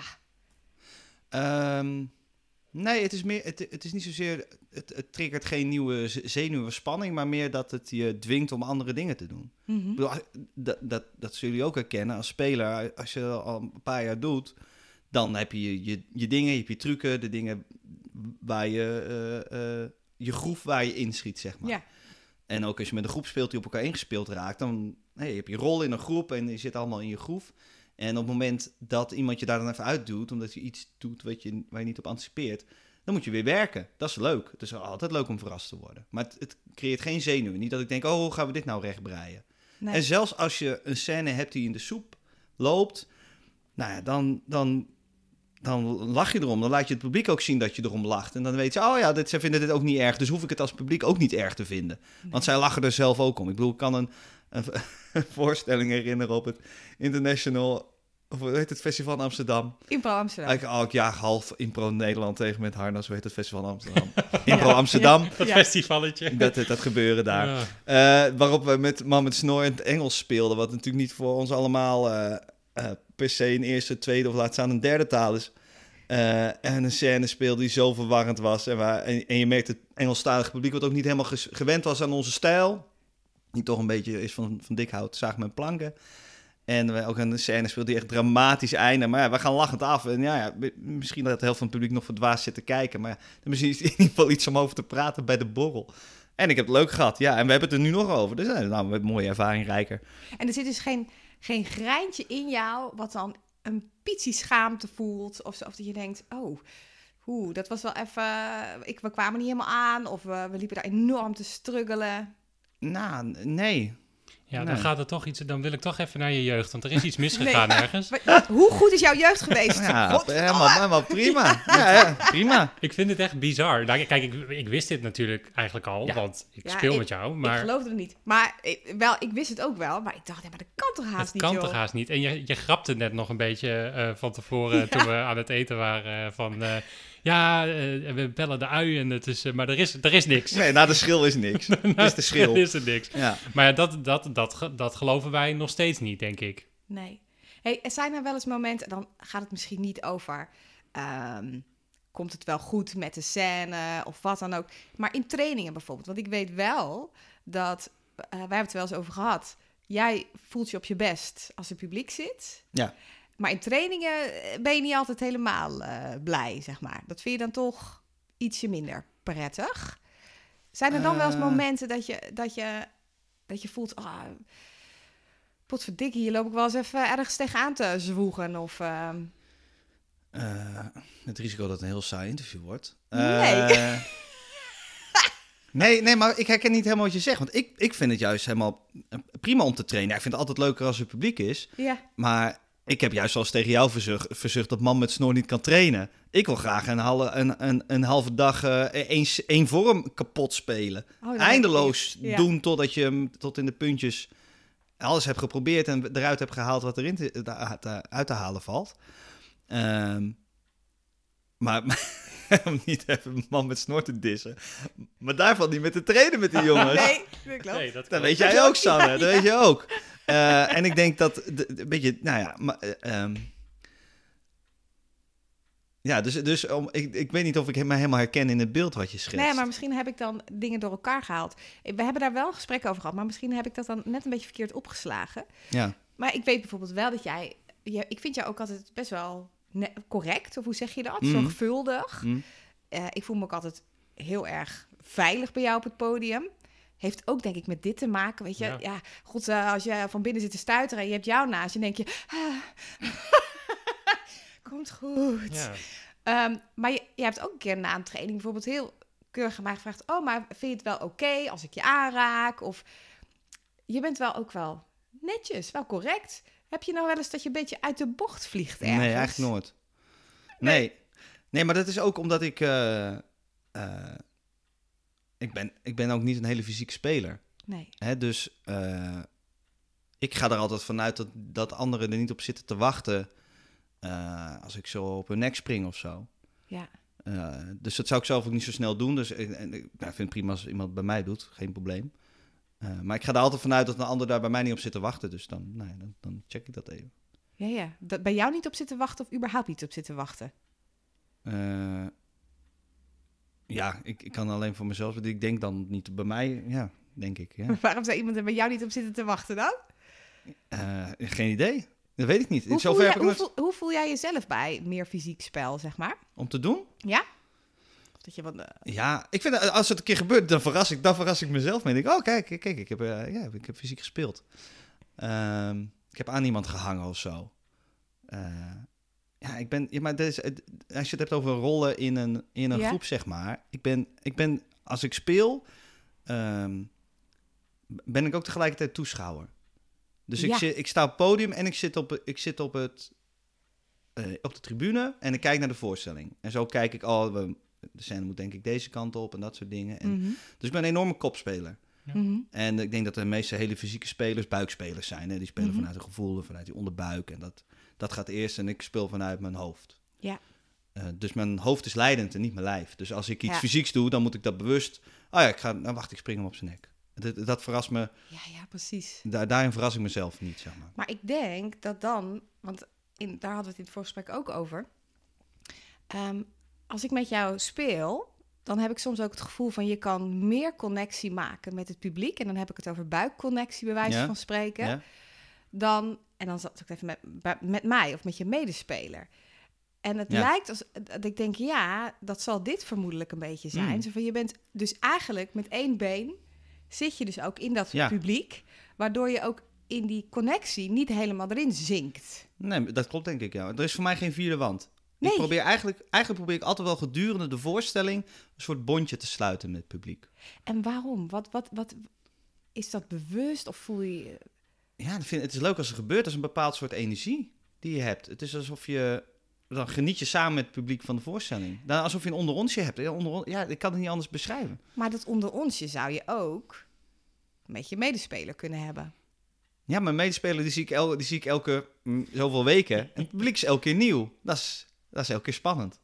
Um, nee, het is, meer, het, het is niet zozeer... Het, het triggert geen nieuwe z- zenuwenspanning... maar meer dat het je dwingt om andere dingen te doen. mm-hmm. Ik bedoel, als- dat, dat, dat zullen jullie ook herkennen als speler. Als je dat al een paar jaar doet... dan heb je je, je, je dingen, je hebt je trucken... de dingen waar je uh, uh, je groef waar je inschiet, zeg maar. Ja. En ook als je met een groep speelt die op elkaar ingespeeld raakt, dan hey, heb je rol in een groep en je zit allemaal in je groef. En op het moment dat iemand je daar dan even uitdoet, omdat je iets doet wat je, waar je niet op anticipeert, dan moet je weer werken. Dat is leuk. Het is altijd leuk om verrast te worden. Maar het, het creëert geen zenuwen. Niet dat ik denk, oh, hoe gaan we dit nou rechtbreien? Nee. En zelfs als je een scène hebt die in de soep loopt, nou ja, dan, dan, dan lach je erom. Dan laat je het publiek ook zien dat je erom lacht. En dan weet je, oh ja, dit, zij vinden dit ook niet erg. Dus hoef ik het als publiek ook niet erg te vinden. Nee. Want zij lachen er zelf ook om. Ik bedoel, ik kan een, een, een voorstelling herinneren op het International, of hoe heet het, Festival in Amsterdam. Impro Amsterdam. Ik, oh, ik jaag half Impro Nederland tegen met Harnas, hoe heet het Festival in Amsterdam? Impro Amsterdam. Dat Ja. festivalletje. Dat, dat gebeuren daar. Ja. Uh, waarop we met Man met Snor in het Engels speelden. Wat natuurlijk niet voor ons allemaal uh, uh, per se een eerste, tweede of laat staan een derde taal is. Uh, en een scène speelde die zo verwarrend was. En, waar, en, en je merkt het Engelstalige publiek wat ook niet helemaal ges- gewend was aan onze stijl. Die toch een beetje is van, van dik hout, zaag met planken. En we ook een scène speelde die echt dramatisch einde. Maar ja, we gaan lachend af. En ja, ja misschien dat de helft van het publiek nog verdwaasd zit te kijken. Maar ja, misschien is het in ieder geval iets om over te praten bij de borrel. En ik heb het leuk gehad. Ja, en we hebben het er nu nog over. Dus nou, we hebben een mooie ervaring, rijker. En er zit dus geen, geen greintje in jou wat dan een pietsie schaamte voelt. Of, zo, of dat je denkt, oh, oeh, dat was wel even... Ik, we kwamen niet helemaal aan. Of we, we liepen daar enorm te struggelen. Nou, nee. Ja, Nee. dan gaat er toch iets. Dan wil ik toch even naar je jeugd, want er is iets misgegaan Nee. ergens. Maar, hoe goed is jouw jeugd geweest? Ja, Godverdomme. helemaal, helemaal prima. Ja, ja, prima. Ik vind het echt bizar. Nou, kijk, ik, ik wist dit natuurlijk eigenlijk al, Ja. want ik Ja, speel ik- met jou. Ik Maar geloofde het niet. Maar ik, wel, ik wist het ook wel. Maar ik dacht, ja, maar dat kan toch haast het niet, kan joh. toch haast niet. En je, je grapte net nog een beetje uh, van tevoren Ja. toen we aan het eten waren. Uh, van uh, ja, uh, we bellen de ui, en het is, uh, maar er is, er is niks. Nee, na de schil is niks. Dat is de schil. Er is er niks. Ja. Maar ja, dat, dat, dat, dat, dat geloven wij nog steeds niet, denk ik. Nee. Hey, er zijn er wel eens momenten, dan gaat het misschien niet over... Um, komt het wel goed met de scène of wat dan ook. Maar in trainingen bijvoorbeeld. Want ik weet wel dat... Uh, wij hebben het er wel eens over gehad. Jij voelt je op je best als er publiek zit. Ja. Maar in trainingen ben je niet altijd helemaal uh, blij, zeg maar. Dat vind je dan toch ietsje minder prettig. Zijn er dan uh, wel eens momenten dat je, dat je, dat je voelt... Oh, potverdikkie, hier loop ik wel eens even ergens tegenaan te zwoegen of... Uh... Uh, het risico dat het een heel saai interview wordt. Nee. Uh, nee, nee, maar ik herken niet helemaal wat je zegt. Want ik, ik vind het juist helemaal prima om te trainen. Ja, ik vind het altijd leuker als er publiek is. Ja. Maar ik heb juist wel eens tegen jou verzucht, verzucht dat man met snor niet kan trainen. Ik wil graag een, halve, een, een, een halve dag uh, één, één vorm kapot spelen. Oh, eindeloos ja. doen totdat je hem tot in de puntjes... alles hebt geprobeerd en eruit hebt gehaald wat erin te, te, uit te halen valt. Um, maar om niet even een man met snor te dissen. Maar daarvan niet met te trainen met die jongens. Nee, dat klopt. Nee, dat dat weet jij ook, Sanne. Ja, ja. Dat weet je ook. Uh, en ik denk dat... een beetje, nou ja... Maar, uh, um, ja, dus, dus om, ik, ik weet niet of ik me helemaal herken in het beeld wat je schetst. Nee, maar misschien heb ik dan dingen door elkaar gehaald. We hebben daar wel een gesprek over gehad, maar misschien heb ik dat dan net een beetje verkeerd opgeslagen. Ja. Maar ik weet bijvoorbeeld wel dat jij... Ja, ik vind jou ook altijd best wel ne- correct, of hoe zeg je dat? Mm. Zorgvuldig. Mm. Uh, ik voel me ook altijd heel erg veilig bij jou op het podium. Heeft ook, denk ik, met dit te maken. Weet je, ja, ja god, uh, als je van binnen zit te stuiteren en je hebt jou naast je, denk je... Ah, komt goed. Ja. Um, maar je, je hebt ook een keer na een training bijvoorbeeld heel keurig aan mij gevraagd... oh, maar vind je het wel oké okay als ik je aanraak? Of je bent wel ook wel netjes, wel correct. Heb je nou wel eens dat je een beetje uit de bocht vliegt ergens? Nee, eigenlijk nooit. Nee. Nee, nee maar dat is ook omdat ik... Uh, uh, ik, ben, ik ben ook niet een hele fysieke speler. Nee. Hè, dus uh, ik ga er altijd vanuit dat, dat anderen er niet op zitten te wachten... Uh, als ik zo op hun nek spring of zo. Ja. Uh, dus dat zou ik zelf ook niet zo snel doen. Dus ik, en, ik nou, vind het prima als iemand bij mij doet. Geen probleem. Uh, maar ik ga er altijd vanuit dat een ander daar bij mij niet op zit te wachten. Dus dan, nou ja, dan, dan check ik dat even. Ja, ja. Dat bij jou niet op zitten wachten of überhaupt niet op zitten wachten? Uh, ja, ik, ik kan alleen voor mezelf... Ik denk dan niet bij mij, ja, denk ik. Ja. Maar waarom zou iemand er bij jou niet op zitten te wachten dan? Uh, geen idee. Dat weet ik niet. Hoe voel, jij, hoe, voel, hoe voel jij jezelf bij meer fysiek spel, zeg maar? Om te doen? Ja. Of dat je wat... Uh... Ja, ik vind als het een keer gebeurt, dan verras ik, dan verras ik mezelf mee. Ik denk, oh kijk, kijk, ik heb, uh, ja, ik heb fysiek gespeeld. Um, ik heb aan iemand gehangen of zo. Uh, ja, ik ben... Ja, maar is, als je het hebt over rollen in een, in een ja? groep, zeg maar. Ik ben, ik ben, als ik speel, um, ben ik ook tegelijkertijd toeschouwer. Dus ja. ik, zit, ik sta op het podium en ik zit op, ik zit op, het, uh, op de tribune en ik kijk naar de voorstelling. En zo kijk ik, oh, we, de scène moet denk ik deze kant op en dat soort dingen. En, mm-hmm. Dus ik ben een enorme kopspeler. Ja. Mm-hmm. En ik denk dat de meeste hele fysieke spelers buikspelers zijn. Hè? Die spelen mm-hmm. vanuit een gevoel, vanuit die onderbuik. En dat, dat gaat eerst en ik speel vanuit mijn hoofd. Ja. Uh, dus mijn hoofd is leidend en niet mijn lijf. Dus als ik iets ja. fysieks doe, dan moet ik dat bewust... Oh ja, ik ga, nou wacht, ik spring hem op zijn nek. Dat, dat verrast me... Ja, ja, precies. Da- daarin verras ik mezelf niet, zeg maar. Maar ik denk dat dan... Want in, daar hadden we het in het voorgesprek ook over. Um, als ik met jou speel... dan heb ik soms ook het gevoel van... je kan meer connectie maken met het publiek. En dan heb ik het over buikconnectie, bij wijze ja. van spreken. Ja. Dan... En dan zat ik even met, met mij of met je medespeler. En het ja. lijkt als... dat ik denk, ja, dat zal dit vermoedelijk een beetje zijn. Mm. Zo van, je bent dus eigenlijk met één been... zit je dus ook in dat ja. publiek... waardoor je ook in die connectie niet helemaal erin zinkt. Nee, dat klopt denk ik, ja. Er is voor mij geen vierde wand. Nee. Ik probeer eigenlijk, eigenlijk probeer ik altijd wel gedurende de voorstelling... een soort bondje te sluiten met het publiek. En waarom? Wat, wat, wat, is dat bewust of voel je... Ja, ik vind, het is leuk als er gebeurt. Dat is een bepaald soort energie die je hebt. Het is alsof je... Dan geniet je samen met het publiek van de voorstelling. Dan alsof je een onder onsje hebt. Ja, onder, ja, ik kan het niet anders beschrijven. Maar dat onder onsje zou je ook met je medespeler kunnen hebben. Ja, mijn medespeler die zie ik, el, die zie ik elke m, zoveel weken. En het publiek is elke keer nieuw. Dat is, dat is elke keer spannend.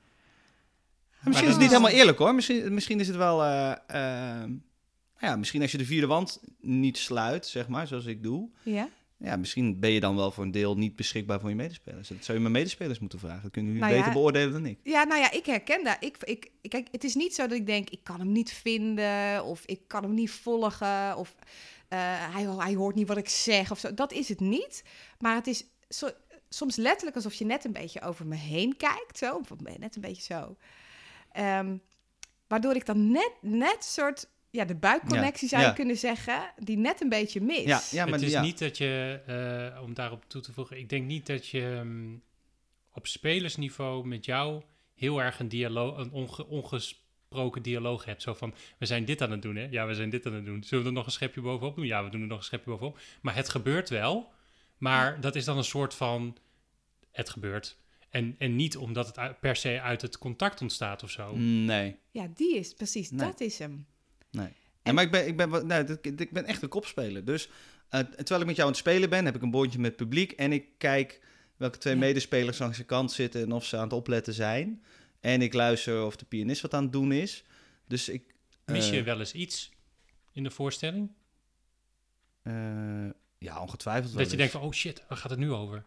En misschien is het niet helemaal eerlijk hoor. Misschien, misschien is het wel... Uh, uh, ja, misschien als je de vierde wand niet sluit, zeg maar, zoals ik doe... Ja. Ja, misschien ben je dan wel voor een deel niet beschikbaar voor je medespelers. Dat zou je mijn medespelers moeten vragen. Dat kunnen jullie nou beter ja, beoordelen dan ik. Ja, nou ja, ik herken dat. Ik, ik, kijk, het is niet zo dat ik denk, ik kan hem niet vinden... of ik kan hem niet volgen... of uh, hij, hij hoort niet wat ik zeg of zo. Dat is het niet. Maar het is zo, soms letterlijk alsof je net een beetje over me heen kijkt. Zo, of net een beetje zo. Um, waardoor ik dan net, net soort... Ja, de buikconnectie ja, zou je ja. kunnen zeggen, die net een beetje mis. Ja, ja, maar het is ja. niet dat je, uh, om daarop toe te voegen... Ik denk niet dat je um, op spelersniveau met jou heel erg een, dialoog, een onge, ongesproken dialoog hebt. Zo van, we zijn dit aan het doen, hè? Ja, we zijn dit aan het doen. Zullen we er nog een schepje bovenop doen? Ja, we doen er nog een schepje bovenop. Maar het gebeurt wel. Maar ja. dat is dan een soort van, het gebeurt... En, en niet omdat het uit, per se uit het contact ontstaat of zo. Nee. Ja, die is precies, nee. dat is hem. Nee. Ja, maar ik ben, ik, ben, nee, ik ben echt een kopspeler. Dus uh, terwijl ik met jou aan het spelen ben, heb ik een bondje met het publiek. En ik kijk welke twee ja. medespelers langs de kant zitten en of ze aan het opletten zijn. En ik luister of de pianist wat aan het doen is. Dus ik... Uh, Mis je wel eens iets in de voorstelling? Uh, ja, ongetwijfeld wel Dat je eens. denkt van, oh shit, waar gaat het nu over?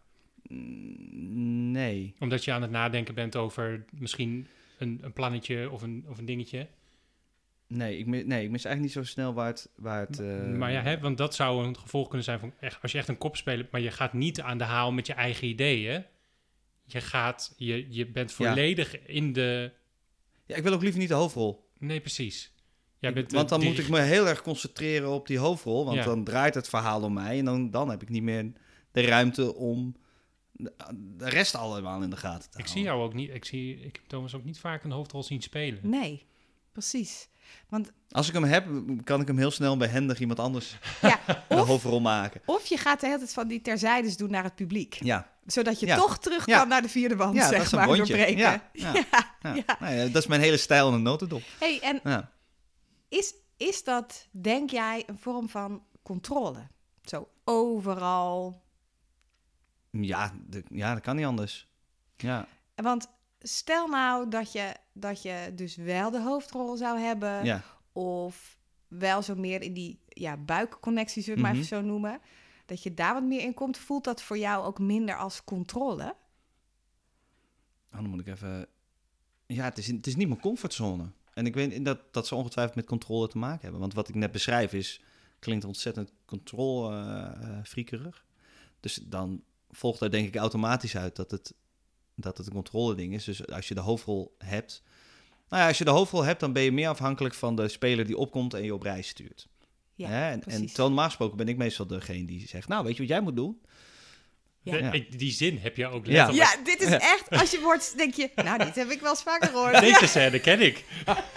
Nee. Omdat je aan het nadenken bent over misschien een, een plannetje of een, of een dingetje? Nee ik, mis, nee, ik mis eigenlijk niet zo snel waar het... Waar het uh... Maar ja, hè, want dat zou een gevolg kunnen zijn van... Echt, als je echt een kop speelt, maar je gaat niet aan de haal met je eigen ideeën. Je gaat... Je, je bent volledig ja. in de... Ja, ik wil ook liever niet de hoofdrol. Nee, precies. Jij bent want dan die... moet ik me heel erg concentreren op die hoofdrol. Want ja. dan draait het verhaal om mij. En dan, dan heb ik niet meer de ruimte om de rest allemaal in de gaten te houden. Ik zie jou ook niet... Ik zie ik heb Thomas ook niet vaak een hoofdrol zien spelen. Nee, precies. Want als ik hem heb, kan ik hem heel snel behendig iemand anders ja, een of, hoofdrol maken. Of je gaat de hele tijd van die terzijdes doen naar het publiek. Ja. Zodat je ja. toch terug ja. kan naar de vierde wand, ja, zeg dat is een maar, bondje. doorbreken. Ja, ja. ja. ja. ja. Nou ja, dat is mijn hele stijl in een notendop. Hey, en ja. is, is dat, denk jij, een vorm van controle? Zo overal... Ja, de, ja, dat kan niet anders. Ja. Want stel nou dat je, dat je dus wel de hoofdrol zou hebben... Ja. Of wel zo meer in die ja, buikconnectie, zullen we mm-hmm. maar even zo noemen. Dat je daar wat meer in komt. Voelt dat voor jou ook minder als controle? Oh, dan moet ik even... Ja, het is, het is niet mijn comfortzone. En ik weet dat, dat ze ongetwijfeld met controle te maken hebben. Want wat ik net beschrijf is... Klinkt ontzettend controle-friekerig. Uh, dus dan volgt er denk ik automatisch uit dat het, dat het een controle-ding is. Dus als je de hoofdrol hebt... Nou ja, als je de hoofdrol hebt, dan ben je meer afhankelijk van de speler die opkomt en je op reis stuurt. Ja, Hè? En, en terwijl normaal gesproken ben ik meestal degene die zegt, nou, weet je wat jij moet doen? Ja. De- Ja. ik- die zin heb je ook Ja. letterlijk. Ja, dit is echt, als je wordt, denk je, nou, dit heb ik wel eens vaker gehoord. Deze scène ken ik.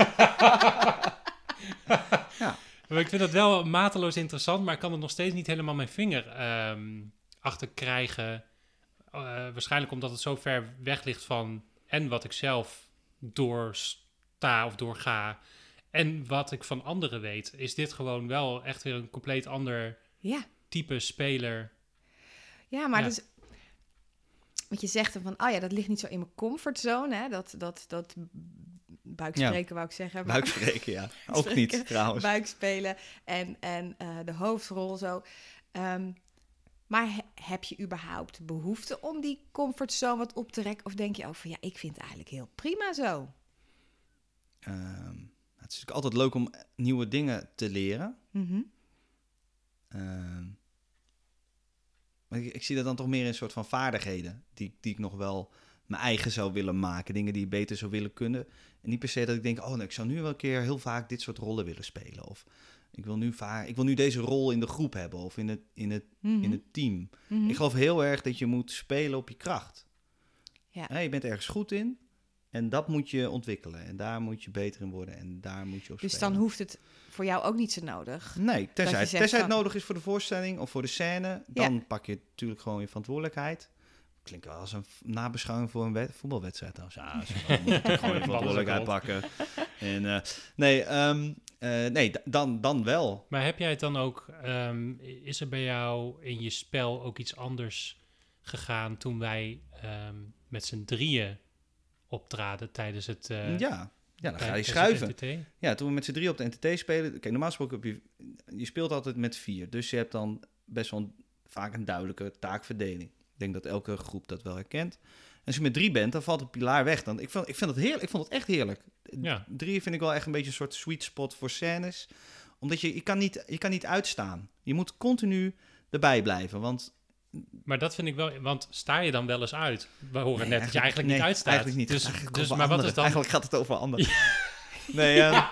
Ja. Maar ik vind dat wel mateloos interessant, maar ik kan er nog steeds niet helemaal mijn vinger ehm, achter krijgen. Uh, waarschijnlijk omdat het zo ver weg ligt van en wat ik zelf doorsta of doorga en wat ik van anderen weet. Is dit gewoon wel echt weer een compleet ander Ja, type speler. ja maar Ja. dus... Want je zegt dan van, oh ja, dat ligt niet zo in mijn comfortzone, hè. Dat, dat, dat buikspreken wou ik zeggen. maar- Buikspreken, ja. Ook Buikspreken, niet, trouwens. Buikspelen en, en uh, de hoofdrol zo. Um, maar he- heb je überhaupt behoefte om die comfortzone wat op te rekken? Of denk je ook van, ja, ik vind het eigenlijk heel prima zo? Um, het is natuurlijk altijd leuk om nieuwe dingen te leren. Mm-hmm. Um, maar ik, ik zie dat dan toch meer in een soort van vaardigheden. Die, die ik nog wel mijn eigen zou willen maken. Dingen die ik beter zou willen kunnen. En niet per se dat ik denk, oh nee, ik zou nu wel een keer heel vaak dit soort rollen willen spelen. Of ik wil nu, vaak, ik wil nu deze rol in de groep hebben. Of in het, in het, Mm-hmm. in het team. Mm-hmm. Ik geloof heel erg dat je moet spelen op je kracht. Ja. Hè, je bent ergens goed in. En dat moet je ontwikkelen. En daar moet je beter in worden. En daar moet je op Dus spelen. dan hoeft het voor jou ook niet zo nodig. Nee, tenzij, je het- zegt tenzij het van- nodig is voor de voorstelling of voor de scène. Dan pak je natuurlijk gewoon je verantwoordelijkheid. Klinkt wel als een f- nabeschouwing voor een wed- voetbalwedstrijd. trouwens. Ja, ze gewoon, moet je gewoon je verantwoordelijkheid pakken. En, uh, nee, um, uh, nee d- dan, dan wel. Maar heb jij het dan ook, um, is er bij jou in je spel ook iets anders gegaan toen wij um, met z'n drieën optraden tijdens het... Uh, ja. Ja, dan ga je tijdens schuiven. het N T T? Ja, toen we met z'n drie op de N T T spelen... Kijk, normaal gesproken heb je... Je speelt altijd met vier. Dus je hebt dan best wel een, vaak een duidelijke taakverdeling. Ik denk dat elke groep dat wel herkent. En als je met drie bent, dan valt de pilaar weg. Dan, ik, vond, ik, vind het heerlijk, ik vond het echt heerlijk. Ja. Drie vind ik wel echt een beetje een soort sweet spot voor scènes. Omdat je, je, kan niet, je kan niet uitstaan. Je moet continu erbij blijven, want... Maar dat vind ik wel, want sta je dan wel eens uit? We horen Nee, net dat je eigenlijk niet nee, uitstaat. Eigenlijk niet. Dus, Eigenlijk dus over maar wat anderen. is dan... Eigenlijk gaat het over anderen. Nee, uh,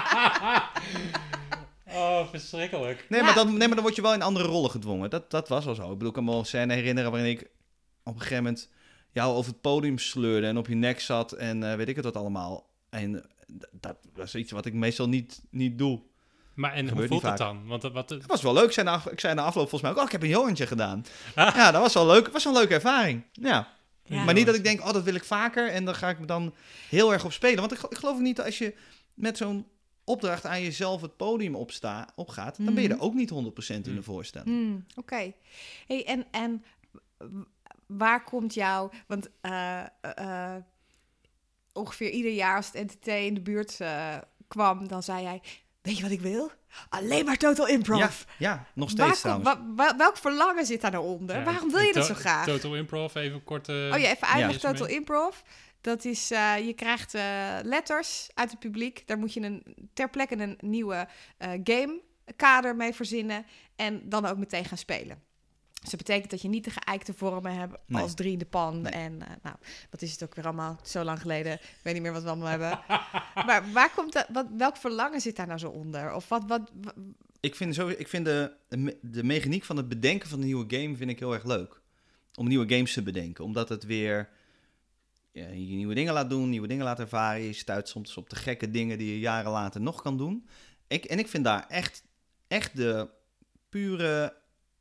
Oh, verschrikkelijk. nee, Ja. maar dan, nee, maar dan word je wel in andere rollen gedwongen. Dat, dat was wel zo. Ik bedoel, ik kan me wel een scène herinneren waarin ik op een gegeven moment jou over het podium sleurde en op je nek zat en uh, weet ik het wat allemaal. En uh, d- dat was iets wat ik meestal niet, niet doe. Maar en hoe Gebeurt voelt niet het vaak. dan? Want, wat, Dat was wel leuk. Ik zei na, ik zei na afloop volgens mij ook, oh, ik heb een Johantje gedaan. Ja, dat was wel leuk. Het was wel een leuke ervaring. Ja. Ja. Maar niet dat ik denk, oh, dat wil ik vaker en dan ga ik me dan heel erg op spelen. Want ik, ik geloof ook niet dat als je met zo'n opdracht aan jezelf het podium opsta, opgaat, dan ben je er ook niet honderd procent in de voorstelling. Hmm, Oké. Okay. Hey, en, en waar komt jou... Want uh, uh, ongeveer ieder jaar als het N T T in de buurt uh, kwam, dan zei jij... Weet je wat ik wil? Alleen maar Total Improv. Ja, ja, nog steeds Waar trouwens. Kom, wa, wa, welk verlangen zit daar nou onder? Ja, Waarom wil je dat to- zo graag? Total Improv, even kort... Uh, oh ja, even uitleggen. ja. Total Improv. Dat is, uh, je krijgt uh, letters uit het publiek. Daar moet je een, ter plekke een nieuwe uh, gamekader mee verzinnen. En dan ook meteen gaan spelen. Dus dat betekent dat je niet de geëikte vormen hebt Nee. als drie in de pan. Nee. En uh, nou, wat is het ook weer allemaal zo lang geleden. Ik weet niet meer wat we allemaal hebben. Maar waar komt dat, wat, welk verlangen zit daar nou zo onder? Of wat... wat, wat Ik vind, zo, ik vind de, de, de mechaniek van het bedenken van een nieuwe game vind ik heel erg leuk. Om nieuwe games te bedenken. Omdat het weer ja, je nieuwe dingen laat doen, nieuwe dingen laat ervaren. Je stuit soms op de gekke dingen die je jaren later nog kan doen. Ik, en ik vind daar echt, echt de pure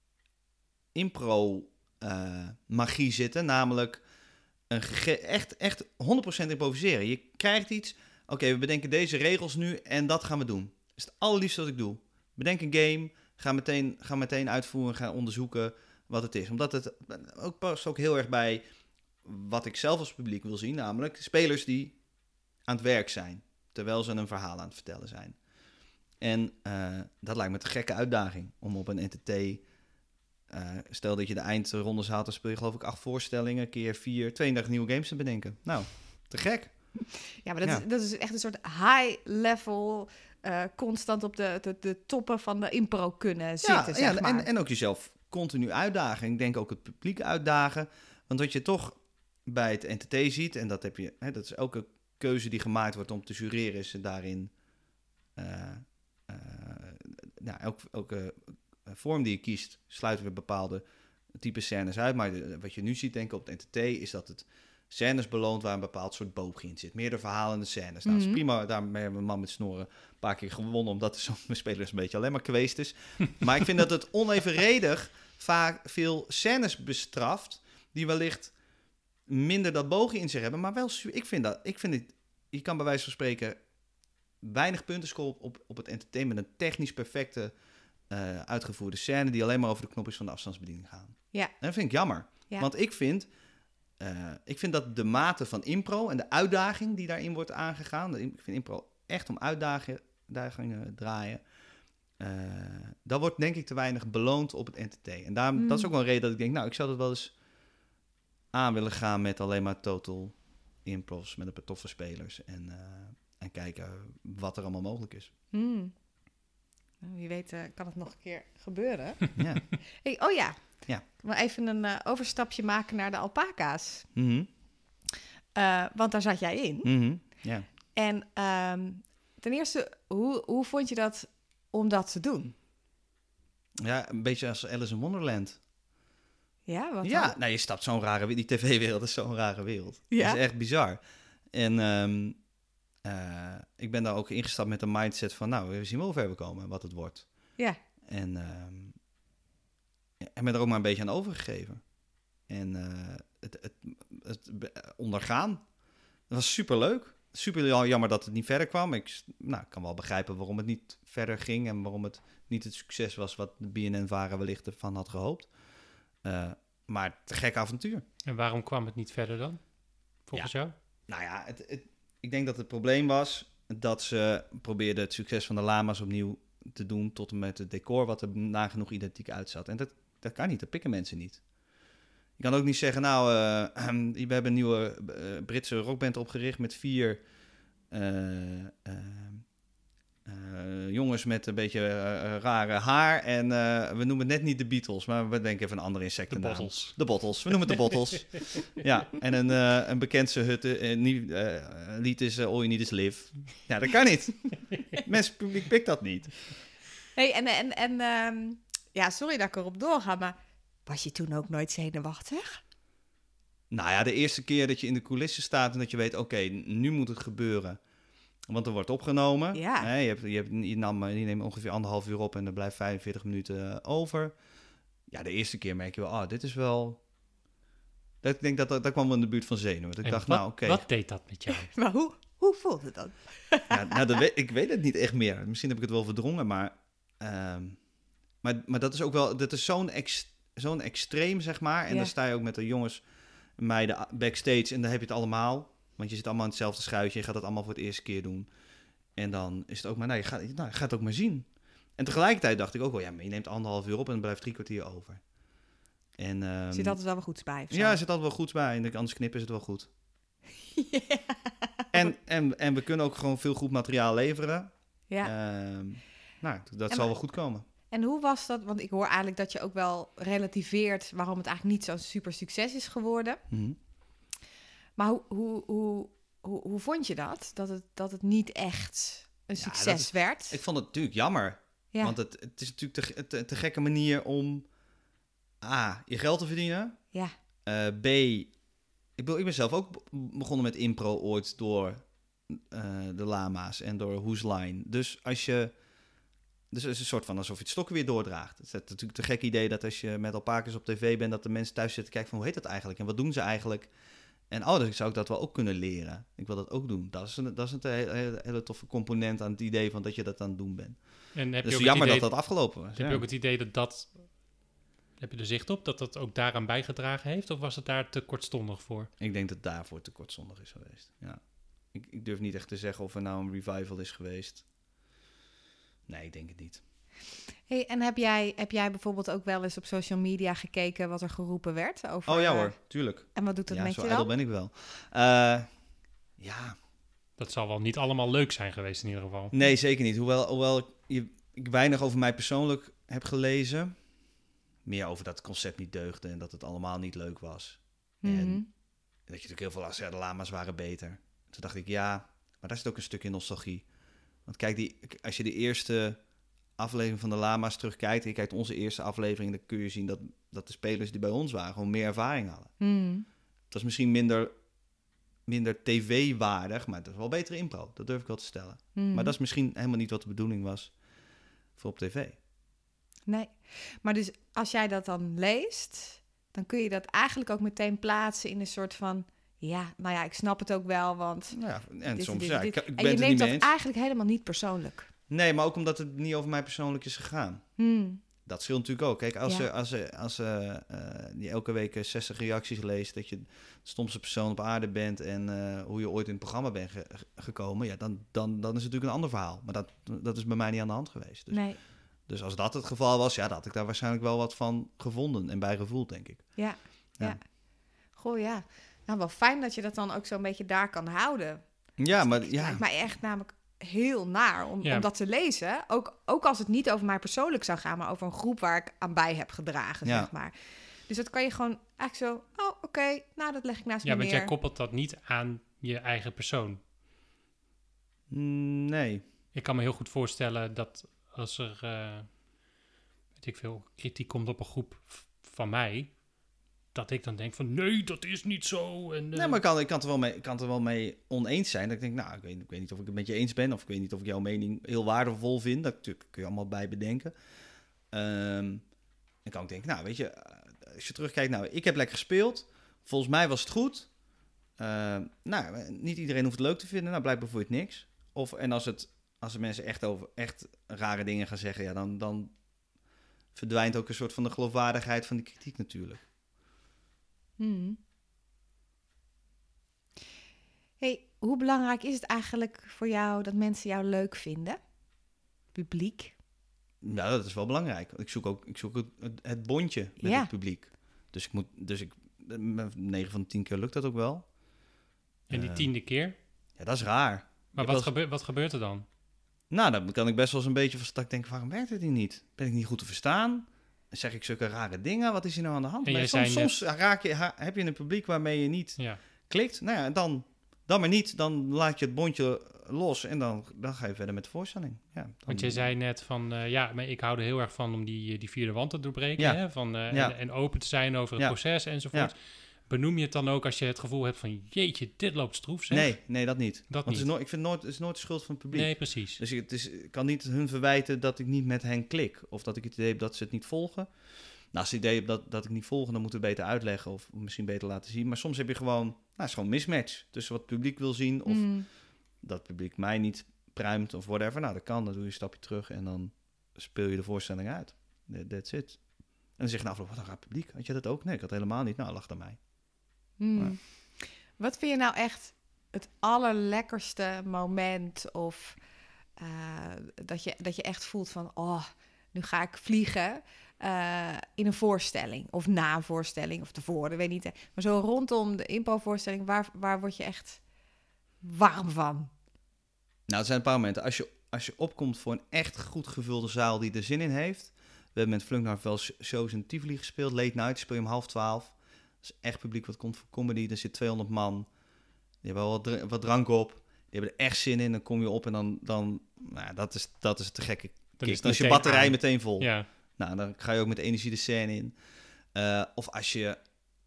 impro-magie uh, zitten. Namelijk een gege- echt, echt honderd procent improviseren. Je krijgt iets, oké, okay, we bedenken deze regels nu en dat gaan we doen. Dat is het allerliefste wat ik doe. Bedenk een game, ga meteen, ga meteen uitvoeren, ga onderzoeken wat het is. Omdat het ook past ook heel erg bij wat ik zelf als publiek wil zien. Namelijk spelers die aan het werk zijn, terwijl ze een verhaal aan het vertellen zijn. En uh, dat lijkt me een gekke uitdaging om op een N T T... Uh, stel dat je de eindrondes haalt, dan speel je geloof ik acht voorstellingen, keer vier, tweeëndertig nieuwe games te bedenken. Nou, te gek. Ja, maar dat, Ja. Is, dat is echt een soort high level, uh, constant op de, de, de toppen van de impro kunnen zitten, Ja, zeg ja maar. en, en ook jezelf continu uitdagen. Ik denk ook het publiek uitdagen. Want wat je toch bij het N T T ziet, en dat heb je, hè, dat is elke keuze die gemaakt wordt om te jureren is daarin... Uh, uh, nou, elk, elke vorm die je kiest, sluiten we bepaalde type scènes uit. Maar de, wat je nu ziet, denk ik, op het N T T... is dat het scènes beloont waar een bepaald soort boog in zit. Meerdere verhalende scènes. Nou, dat is prima. Daarmee hebben we een man met snoren een paar keer gewonnen... omdat de sommige spelers een beetje alleen maar kweest is. Maar ik vind dat het onevenredig vaak veel scènes bestraft... die wellicht minder dat boogje in zich hebben. Maar wel, ik vind dat... Ik vind het, je kan bij wijze van spreken... weinig punten scoren op, op het N T T... met een technisch perfecte uh, uitgevoerde scène... die alleen maar over de knopjes van de afstandsbediening gaan. Ja. En dat vind ik jammer. Ja. Want ik vind... Uh, ik vind dat de mate van impro en de uitdaging die daarin wordt aangegaan... ik vind impro echt om uitdagingen uitdagingen draaien... Uh, dat wordt denk ik te weinig beloond op het N T T. En daarom, mm. dat is ook wel een reden dat ik denk... nou, ik zou dat wel eens aan willen gaan met alleen maar total improvs... met een paar toffe spelers en, uh, en kijken wat er allemaal mogelijk is. Mm. Nou, wie weet uh, kan het nog een keer gebeuren. Ja. Hey, oh ja... Ja. Ik wil even een uh, overstapje maken naar de alpaca's. Mm-hmm. Uh, want daar zat jij in. Mm-hmm. Ja. En um, ten eerste, hoe, hoe vond je dat om dat te doen? Ja, een beetje als Alice in Wonderland. Ja, wat Ja, dan? nou, je stapt zo'n rare... Die tv-wereld is zo'n rare wereld. Ja? Dat is echt bizar. En um, uh, ik ben daar ook ingestapt met een mindset van... nou, we zien wel hoe ver we komen, wat het wordt. Ja. En... Um, En ben er ook maar een beetje aan overgegeven. En uh, het, het, het ondergaan. Dat was superleuk. Super jammer dat het niet verder kwam. Ik nou, kan wel begrijpen waarom het niet verder ging... en waarom het niet het succes was wat de B N N-Vara wellicht ervan had gehoopt. Uh, maar te gek avontuur. En waarom kwam het niet verder dan, volgens ja. jou? Nou ja, het, het, ik denk dat het probleem was... dat ze probeerden het succes van de lama's opnieuw te doen... tot en met het decor wat er nagenoeg identiek uitzat. En dat... Dat kan niet, dat pikken mensen niet. Je kan ook niet zeggen, nou, uh, we hebben een nieuwe uh, Britse rockband opgericht met vier uh, uh, uh, jongens met een beetje uh, rare haar. En uh, we noemen het net niet de Beatles, maar we denken even een andere insectennaam. De Bottles. De Bottles, we noemen het de Bottles. Ja, en een, uh, een bekendste hut, uh, nieuw, uh, lied is uh, All You Need Is Live. Ja, dat kan niet. Mensen, publiek pikt dat niet. Hey, en... en, en um... Ja, sorry dat ik erop doorga, maar was je toen ook nooit zenuwachtig? Nou ja, de eerste keer dat je in de coulissen staat en dat je weet, oké, okay, nu moet het gebeuren. Want er wordt opgenomen. Ja. Hè, je, hebt, je, hebt, je, nam, je neemt ongeveer anderhalf uur op en er blijft vijfenveertig minuten over. Ja, de eerste keer merk je wel, ah, dit is wel... Dat, ik denk dat, dat, dat kwam wel in de buurt van zenuwen. Dat ik dacht, wat, nou, oké. Okay. Wat deed dat met jou? Maar hoe, hoe voelde dat? Ja, nou, dat weet, ik weet het niet echt meer. Misschien heb ik het wel verdrongen, maar... Um, Maar, maar dat is ook wel, dat is zo'n, ex, zo'n extreem, zeg maar. En ja. dan sta je ook met de jongens, meiden backstage en dan heb je het allemaal. Want je zit allemaal in hetzelfde schuitje, je gaat het allemaal voor het eerste keer doen. En dan is het ook maar, nou, je gaat, nou, je gaat het ook maar zien. En tegelijkertijd dacht ik ook wel, ja, maar je neemt anderhalf uur op en dan blijft drie kwartier over. En, um, zit altijd wel wat goeds bij? Ja, er zit altijd wel goeds bij. En anders knippen is het wel goed. Yeah. En, en, en we kunnen ook gewoon veel goed materiaal leveren. Ja. Um, nou, dat en zal maar, wel goed komen. En hoe was dat? Want ik hoor eigenlijk dat je ook wel relativeert waarom het eigenlijk niet zo'n super succes is geworden. Mm-hmm. Maar hoe, hoe, hoe, hoe, hoe vond je dat? Dat het, dat het niet echt een succes ja, is, werd? Ik vond het natuurlijk jammer. Ja. Want het, het is natuurlijk te, te, te gekke manier om A, je geld te verdienen. Ja. Uh, B, ik, bedoel, ik ben zelf ook begonnen met impro ooit door uh, de lama's en door Whose Dus als je... Dus het is een soort van alsof je het stokken weer doordraagt. Het is natuurlijk een gek idee dat als je met alpaca's op tv bent... dat de mensen thuis zitten kijken van hoe heet dat eigenlijk? En wat doen ze eigenlijk? En oh, dus zou ik dat wel ook kunnen leren. Ik wil dat ook doen. Dat is een, dat is een hele, hele, hele toffe component aan het idee van dat je dat aan het doen bent. En heb dus je ook jammer idee, dat dat afgelopen was. Heb ja. je ook het idee dat dat... Heb je er zicht op dat dat ook daaraan bijgedragen heeft? Of was het daar te kortstondig voor? Ik denk dat daarvoor te kortstondig is geweest, ja. Ik, ik durf niet echt te zeggen of er nou een revival is geweest. Nee, ik denk het niet. Hey, en heb jij, heb jij bijvoorbeeld ook wel eens op social media gekeken wat er geroepen werd? Over, oh ja hoor, tuurlijk. En wat doet dat ja, met je dan? Ja, zo ijdel ben ik wel. Uh, ja. Dat zal wel niet allemaal leuk zijn geweest in ieder geval. Nee, zeker niet. Hoewel, hoewel ik, je, ik weinig over mij persoonlijk heb gelezen. Meer over dat het concept niet deugde en dat het allemaal niet leuk was. Mm-hmm. En dat je natuurlijk heel veel als ja, de lama's waren beter. Toen dacht ik, ja, maar daar zit ook een stukje nostalgie. Want kijk, die, als je de eerste aflevering van de Lama's terugkijkt... en je kijkt onze eerste aflevering... dan kun je zien dat, dat de spelers die bij ons waren... gewoon meer ervaring hadden. Hmm. Dat is misschien minder, minder tv-waardig... maar het is wel betere impro. Dat durf ik wel te stellen. Hmm. Maar dat is misschien helemaal niet wat de bedoeling was... voor op tv. Nee, maar dus als jij dat dan leest... dan kun je dat eigenlijk ook meteen plaatsen in een soort van... ja, nou ja, ik snap het ook wel, want... Nou ja, en dit, soms, dit, ja, dit. ik, ik En ben je het er neemt niet dat mee eens. eigenlijk helemaal niet persoonlijk. Nee, maar ook omdat het niet over mij persoonlijk is gegaan. Hmm. Dat scheelt natuurlijk ook. Kijk, als Ja. je als, je- als, uh, uh, je elke week zestig reacties leest... dat je de stomste persoon op aarde bent... en uh, hoe je ooit in het programma bent ge- gekomen... ja, dan, dan, dan is het natuurlijk een ander verhaal. Maar dat, dat is bij mij niet aan de hand geweest. Dus, Nee, dus als dat het geval was... ja, dan had ik daar waarschijnlijk wel wat van gevonden... en bij gevoeld, denk ik. ja, ja. Ja. Goh, ja. Nou, wel fijn dat je dat dan ook zo'n beetje daar kan houden. Ja, maar Het ja... lijkt mij echt namelijk heel naar om, Ja. om dat te lezen. Ook, ook als het niet over mij persoonlijk zou gaan... maar over een groep waar ik aan bij heb gedragen, Ja. zeg maar. Dus dat kan je gewoon eigenlijk zo... oh, oké, okay, nou, dat leg ik naast Ja, me want neer. jij koppelt dat niet aan je eigen persoon. Mm, Nee. Ik kan me heel goed voorstellen dat als er, eh, weet ik veel, kritiek komt op een groep v- van mij, dat ik dan denk van nee, dat is niet zo. En, eh, Nee, maar ik kan, ik, kan er wel mee, ik kan het er wel mee oneens zijn. Dat ik denk, nou, ik weet, ik weet niet of ik het met je eens ben... of ik weet niet of ik jouw mening heel waardevol vind. Dat natuurlijk kun je allemaal bij bedenken. Ehm, dan kan ik denken, nou, weet je... als je terugkijkt, nou, ik heb lekker gespeeld. Volgens mij was het goed. Ehm, nou, niet iedereen hoeft het leuk te vinden. Nou, blijkbaar vond je het niks. Of, en als, het, als de mensen echt over echt rare dingen gaan zeggen... ja, dan, dan verdwijnt ook een soort van de geloofwaardigheid van die kritiek natuurlijk. Hmm. Hey, hoe belangrijk is het eigenlijk voor jou dat mensen jou leuk vinden? Publiek? Ja, dat is wel belangrijk. Ik zoek ook ik zoek het, het bondje met Ja. het publiek. Dus ik moet, dus ik, negen van de tien keer lukt dat ook wel. en die eh, tiende keer. Ja, dat is raar. Maar hebt wat, wel eens- gebe- wat gebeurt er dan? Nou, dan kan ik best wel eens een beetje van stak denken, waarom werkt het hier niet? Ben ik niet goed te verstaan? Zeg ik zulke rare dingen? Wat is hier nou aan de hand? En Maar jij soms zei net- soms raak je, ha- heb je een publiek waarmee je niet Ja. klikt. Nou ja, dan, dan maar niet. Dan laat je het bondje los en dan, dan ga je verder met de voorstelling. Ja, dan- Want jij zei net van, eh, ja, maar ik hou er heel erg van om die, die vierde wand te doorbreken. Ja. Hè? Van, eh, Ja. en, en open te zijn over het Ja. proces enzovoort. Benoem je het dan ook als je het gevoel hebt van, jeetje, dit loopt stroef, zeg? Nee, nee, dat niet. Dat Want Het is niet. nooit, ik vind het nooit, het is nooit de schuld van het publiek. Nee, precies. Dus ik, het is, ik kan niet hun verwijten dat ik niet met hen klik. Of dat ik het idee heb dat ze het niet volgen. Nou, als ze het idee hebben dat, dat ik niet volg, dan moeten we het beter uitleggen. Of misschien beter laten zien. Maar soms heb je gewoon, nou, het is gewoon een mismatch. Tussen wat het publiek wil zien of Hmm. dat het publiek mij niet pruimt of whatever. Nou, dat kan. Dan doe je een stapje terug en dan speel je de voorstelling uit. That- That's it. En dan zeg je na afloop, wat een raar publiek. Had je dat ook? Nee, ik had helemaal niet. Nou, lag aan mij. Hmm. Ja. Wat vind je nou echt het allerlekkerste moment? Of uh, dat, je, dat je echt voelt van... oh, nu ga ik vliegen uh, in een voorstelling. Of na een voorstelling, of tevoren, weet niet. Maar zo rondom de improvoorstelling, waar, waar word je echt warm van? Nou, er zijn een paar momenten. Als je, als je opkomt voor een echt goed gevulde zaal die er zin in heeft. We hebben met Flunknarf wel shows in Tivoli gespeeld. Late night, speel je om half twaalf. Dat is echt publiek wat komt voor comedy. Er zit tweehonderd man. Die hebben wel wat, dr- wat drank op. Die hebben er echt zin in. Dan kom je op en dan... dan nou, dat is, dat is te gekke Dan kick. is Dan is je meteen batterij aan. meteen vol. Ja. Nou, dan ga je ook met energie de scène in. Uh, of als je...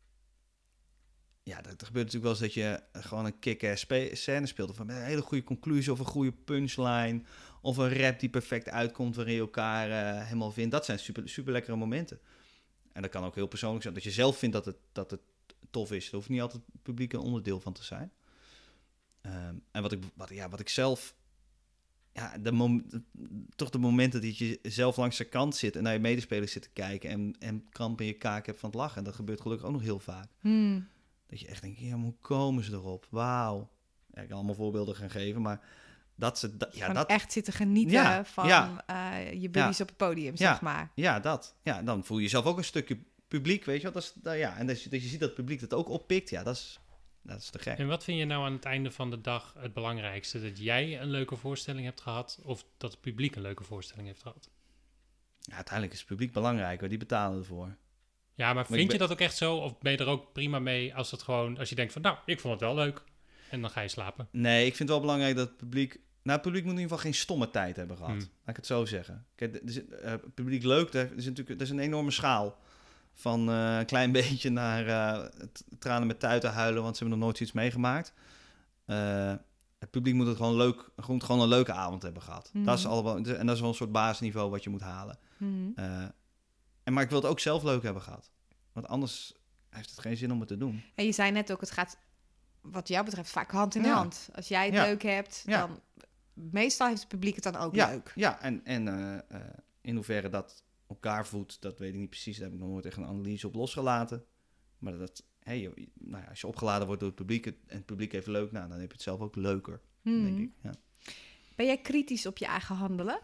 Ja, dat gebeurt natuurlijk wel eens dat je gewoon een kick-ass spe- scène speelt. Of een hele goede conclusie of een goede punchline. Of een rap die perfect uitkomt waarin je elkaar uh, helemaal vindt. Dat zijn super, super lekkere momenten. En dat kan ook heel persoonlijk zijn. Dat je zelf vindt dat het, dat het tof is. Er hoeft niet altijd het publiek een onderdeel van te zijn. Um, en wat ik, wat, ja, wat ik zelf... Ja, de mom- toch de momenten dat je zelf langs de kant zit en naar je medespelers zit te kijken en, en kramp in je kaak hebt van het lachen. En dat gebeurt gelukkig ook nog heel vaak. Hmm. Dat je echt denkt, ja, maar hoe komen ze erop? Wauw. Ja, ik kan allemaal voorbeelden gaan geven, maar dat ze... Dat, ja, Gewoon dat, echt zitten genieten Ja, van ja. uh, je buddies Ja. op het podium, Ja. zeg maar. ja, dat. Ja, dan voel je jezelf ook een stukje publiek, weet je wel. Dat is, dat, ja, en dat je, dat je ziet dat het publiek dat ook oppikt, ja, dat is, dat is te gek. En wat vind je nou aan het einde van de dag het belangrijkste? Dat jij een leuke voorstelling hebt gehad of dat het publiek een leuke voorstelling heeft gehad? Ja, uiteindelijk is het publiek belangrijker, die betalen ervoor. Ja, maar ik vind ben- je dat ook echt zo? Of ben je er ook prima mee als het gewoon, als je denkt van, nou, ik vond het wel leuk. En dan ga je slapen. Nee, ik vind het wel belangrijk dat het publiek... Nou, het publiek moet in ieder geval geen stomme tijd hebben gehad. Hmm. Laat ik het zo zeggen. Kijk, er is, uh, het publiek leuk, er is natuurlijk er is een enorme schaal. Van uh, een klein beetje naar uh, tranen met tuiten huilen, want ze hebben nog nooit iets meegemaakt. Uh, het publiek moet het gewoon leuk, gewoon, gewoon een leuke avond hebben gehad. Hmm. Dat is allemaal, en dat is wel een soort basisniveau wat je moet halen. Hmm. Uh, en, maar ik wil het ook zelf leuk hebben gehad. Want anders heeft het geen zin om het te doen. En je zei net ook, het gaat wat jou betreft vaak hand in Ja. hand. Als jij het Ja. leuk hebt, Ja. dan... Meestal heeft het publiek het dan ook Ja, leuk. ja, en, en uh, uh, in hoeverre dat elkaar voedt, dat weet ik niet precies. Daar heb ik nog nooit echt een analyse op losgelaten. Maar dat, hey, nou ja, als je opgeladen wordt door het publiek en het publiek heeft leuk, nou, dan heb je het zelf ook leuker, Hmm. denk ik. Ja. Ben jij kritisch op je eigen handelen?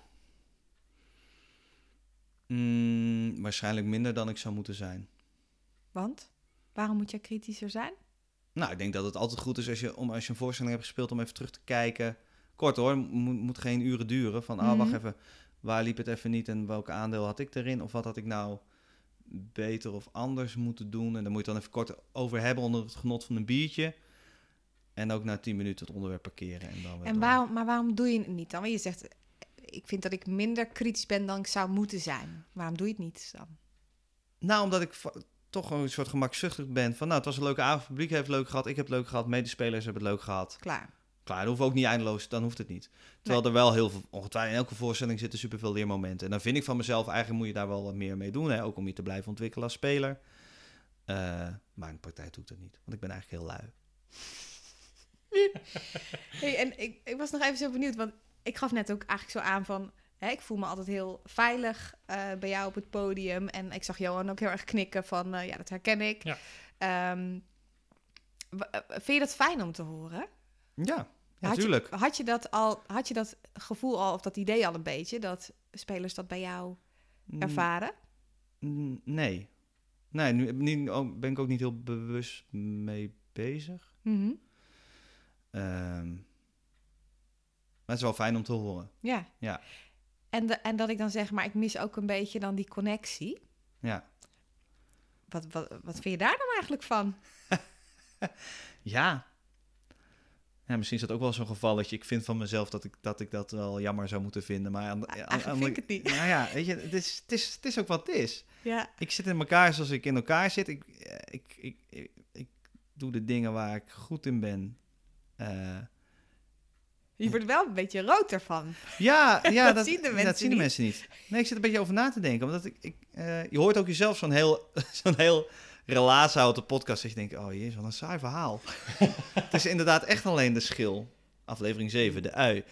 Mm, waarschijnlijk minder dan ik zou moeten zijn. Want? Waarom moet jij kritischer zijn? Nou, ik denk dat het altijd goed is als je, om, als je een voorstelling hebt gespeeld om even terug te kijken. Kort hoor, moet, moet geen uren duren. Van, ah, Mhm. wacht even, waar liep het even niet en welk aandeel had ik erin? Of wat had ik nou beter of anders moeten doen? En daar moet je dan even kort over hebben onder het genot van een biertje. En ook na tien minuten het onderwerp parkeren. En dan weer En door. waarom, maar waarom doe je het niet dan? Want je zegt, ik vind dat ik minder kritisch ben dan ik zou moeten zijn. Waarom doe je het niet dan? Nou, omdat ik va- toch een soort gemakzuchtig ben. Van, nou, het was een leuke avond, het publiek heeft het leuk gehad, ik heb het leuk gehad, medespelers hebben het leuk gehad. Klaar. Klaar, dat hoeft ook niet eindeloos, dan hoeft het niet. Terwijl er wel heel veel, ongetwijfeld in elke voorstelling zitten superveel leermomenten. En dan vind ik van mezelf, eigenlijk moet je daar wel wat meer mee doen. Hè? Ook om je te blijven ontwikkelen als speler. Uh, maar in de praktijk doe ik dat niet, want ik ben eigenlijk heel lui. Hey, en ik, ik was nog even zo benieuwd, want ik gaf net ook eigenlijk zo aan van... Hè, ik voel me altijd heel veilig uh, bij jou op het podium. En ik zag Johan ook heel erg knikken van, uh, ja, dat herken ik. Ja. Um, w- uh, vind je dat fijn om te horen? Ja, had natuurlijk. Je, had je dat al, had je dat gevoel al, of dat idee al een beetje, dat spelers dat bij jou ervaren? N- nee. Nee, nu, nu oh, ben ik ook niet heel bewust mee bezig. Mm-hmm. Um, maar het is wel fijn om te horen. Ja. Ja. En, de, en dat ik dan zeg, maar ik mis ook een beetje dan die connectie. Ja. Wat, wat, wat vind je daar dan eigenlijk van? ja. Ja, misschien is dat ook wel zo'n gevalletje. Ik vind van mezelf dat ik dat, ik dat wel jammer zou moeten vinden. Maar aan, Ja, aan, eigenlijk aan, vind ik het niet. Nou ja, weet je, het is, het, is, het is ook wat het is. Ja. Ik zit in elkaar zoals ik in elkaar zit. Ik, ik, ik, ik, ik doe de dingen waar ik goed in ben. Uh, Je wordt wel een beetje rood ervan. Ja, ja dat, dat, zien de mensen dat zien de niet. mensen niet. Nee, ik zit een beetje over na te denken. Omdat ik, ik, uh, je hoort ook jezelf zo'n heel, zo'n heel relaas houden podcast. Dat je denkt, oh jezus, wat een saai verhaal. Het is inderdaad echt alleen de schil. Aflevering zeven, de ui.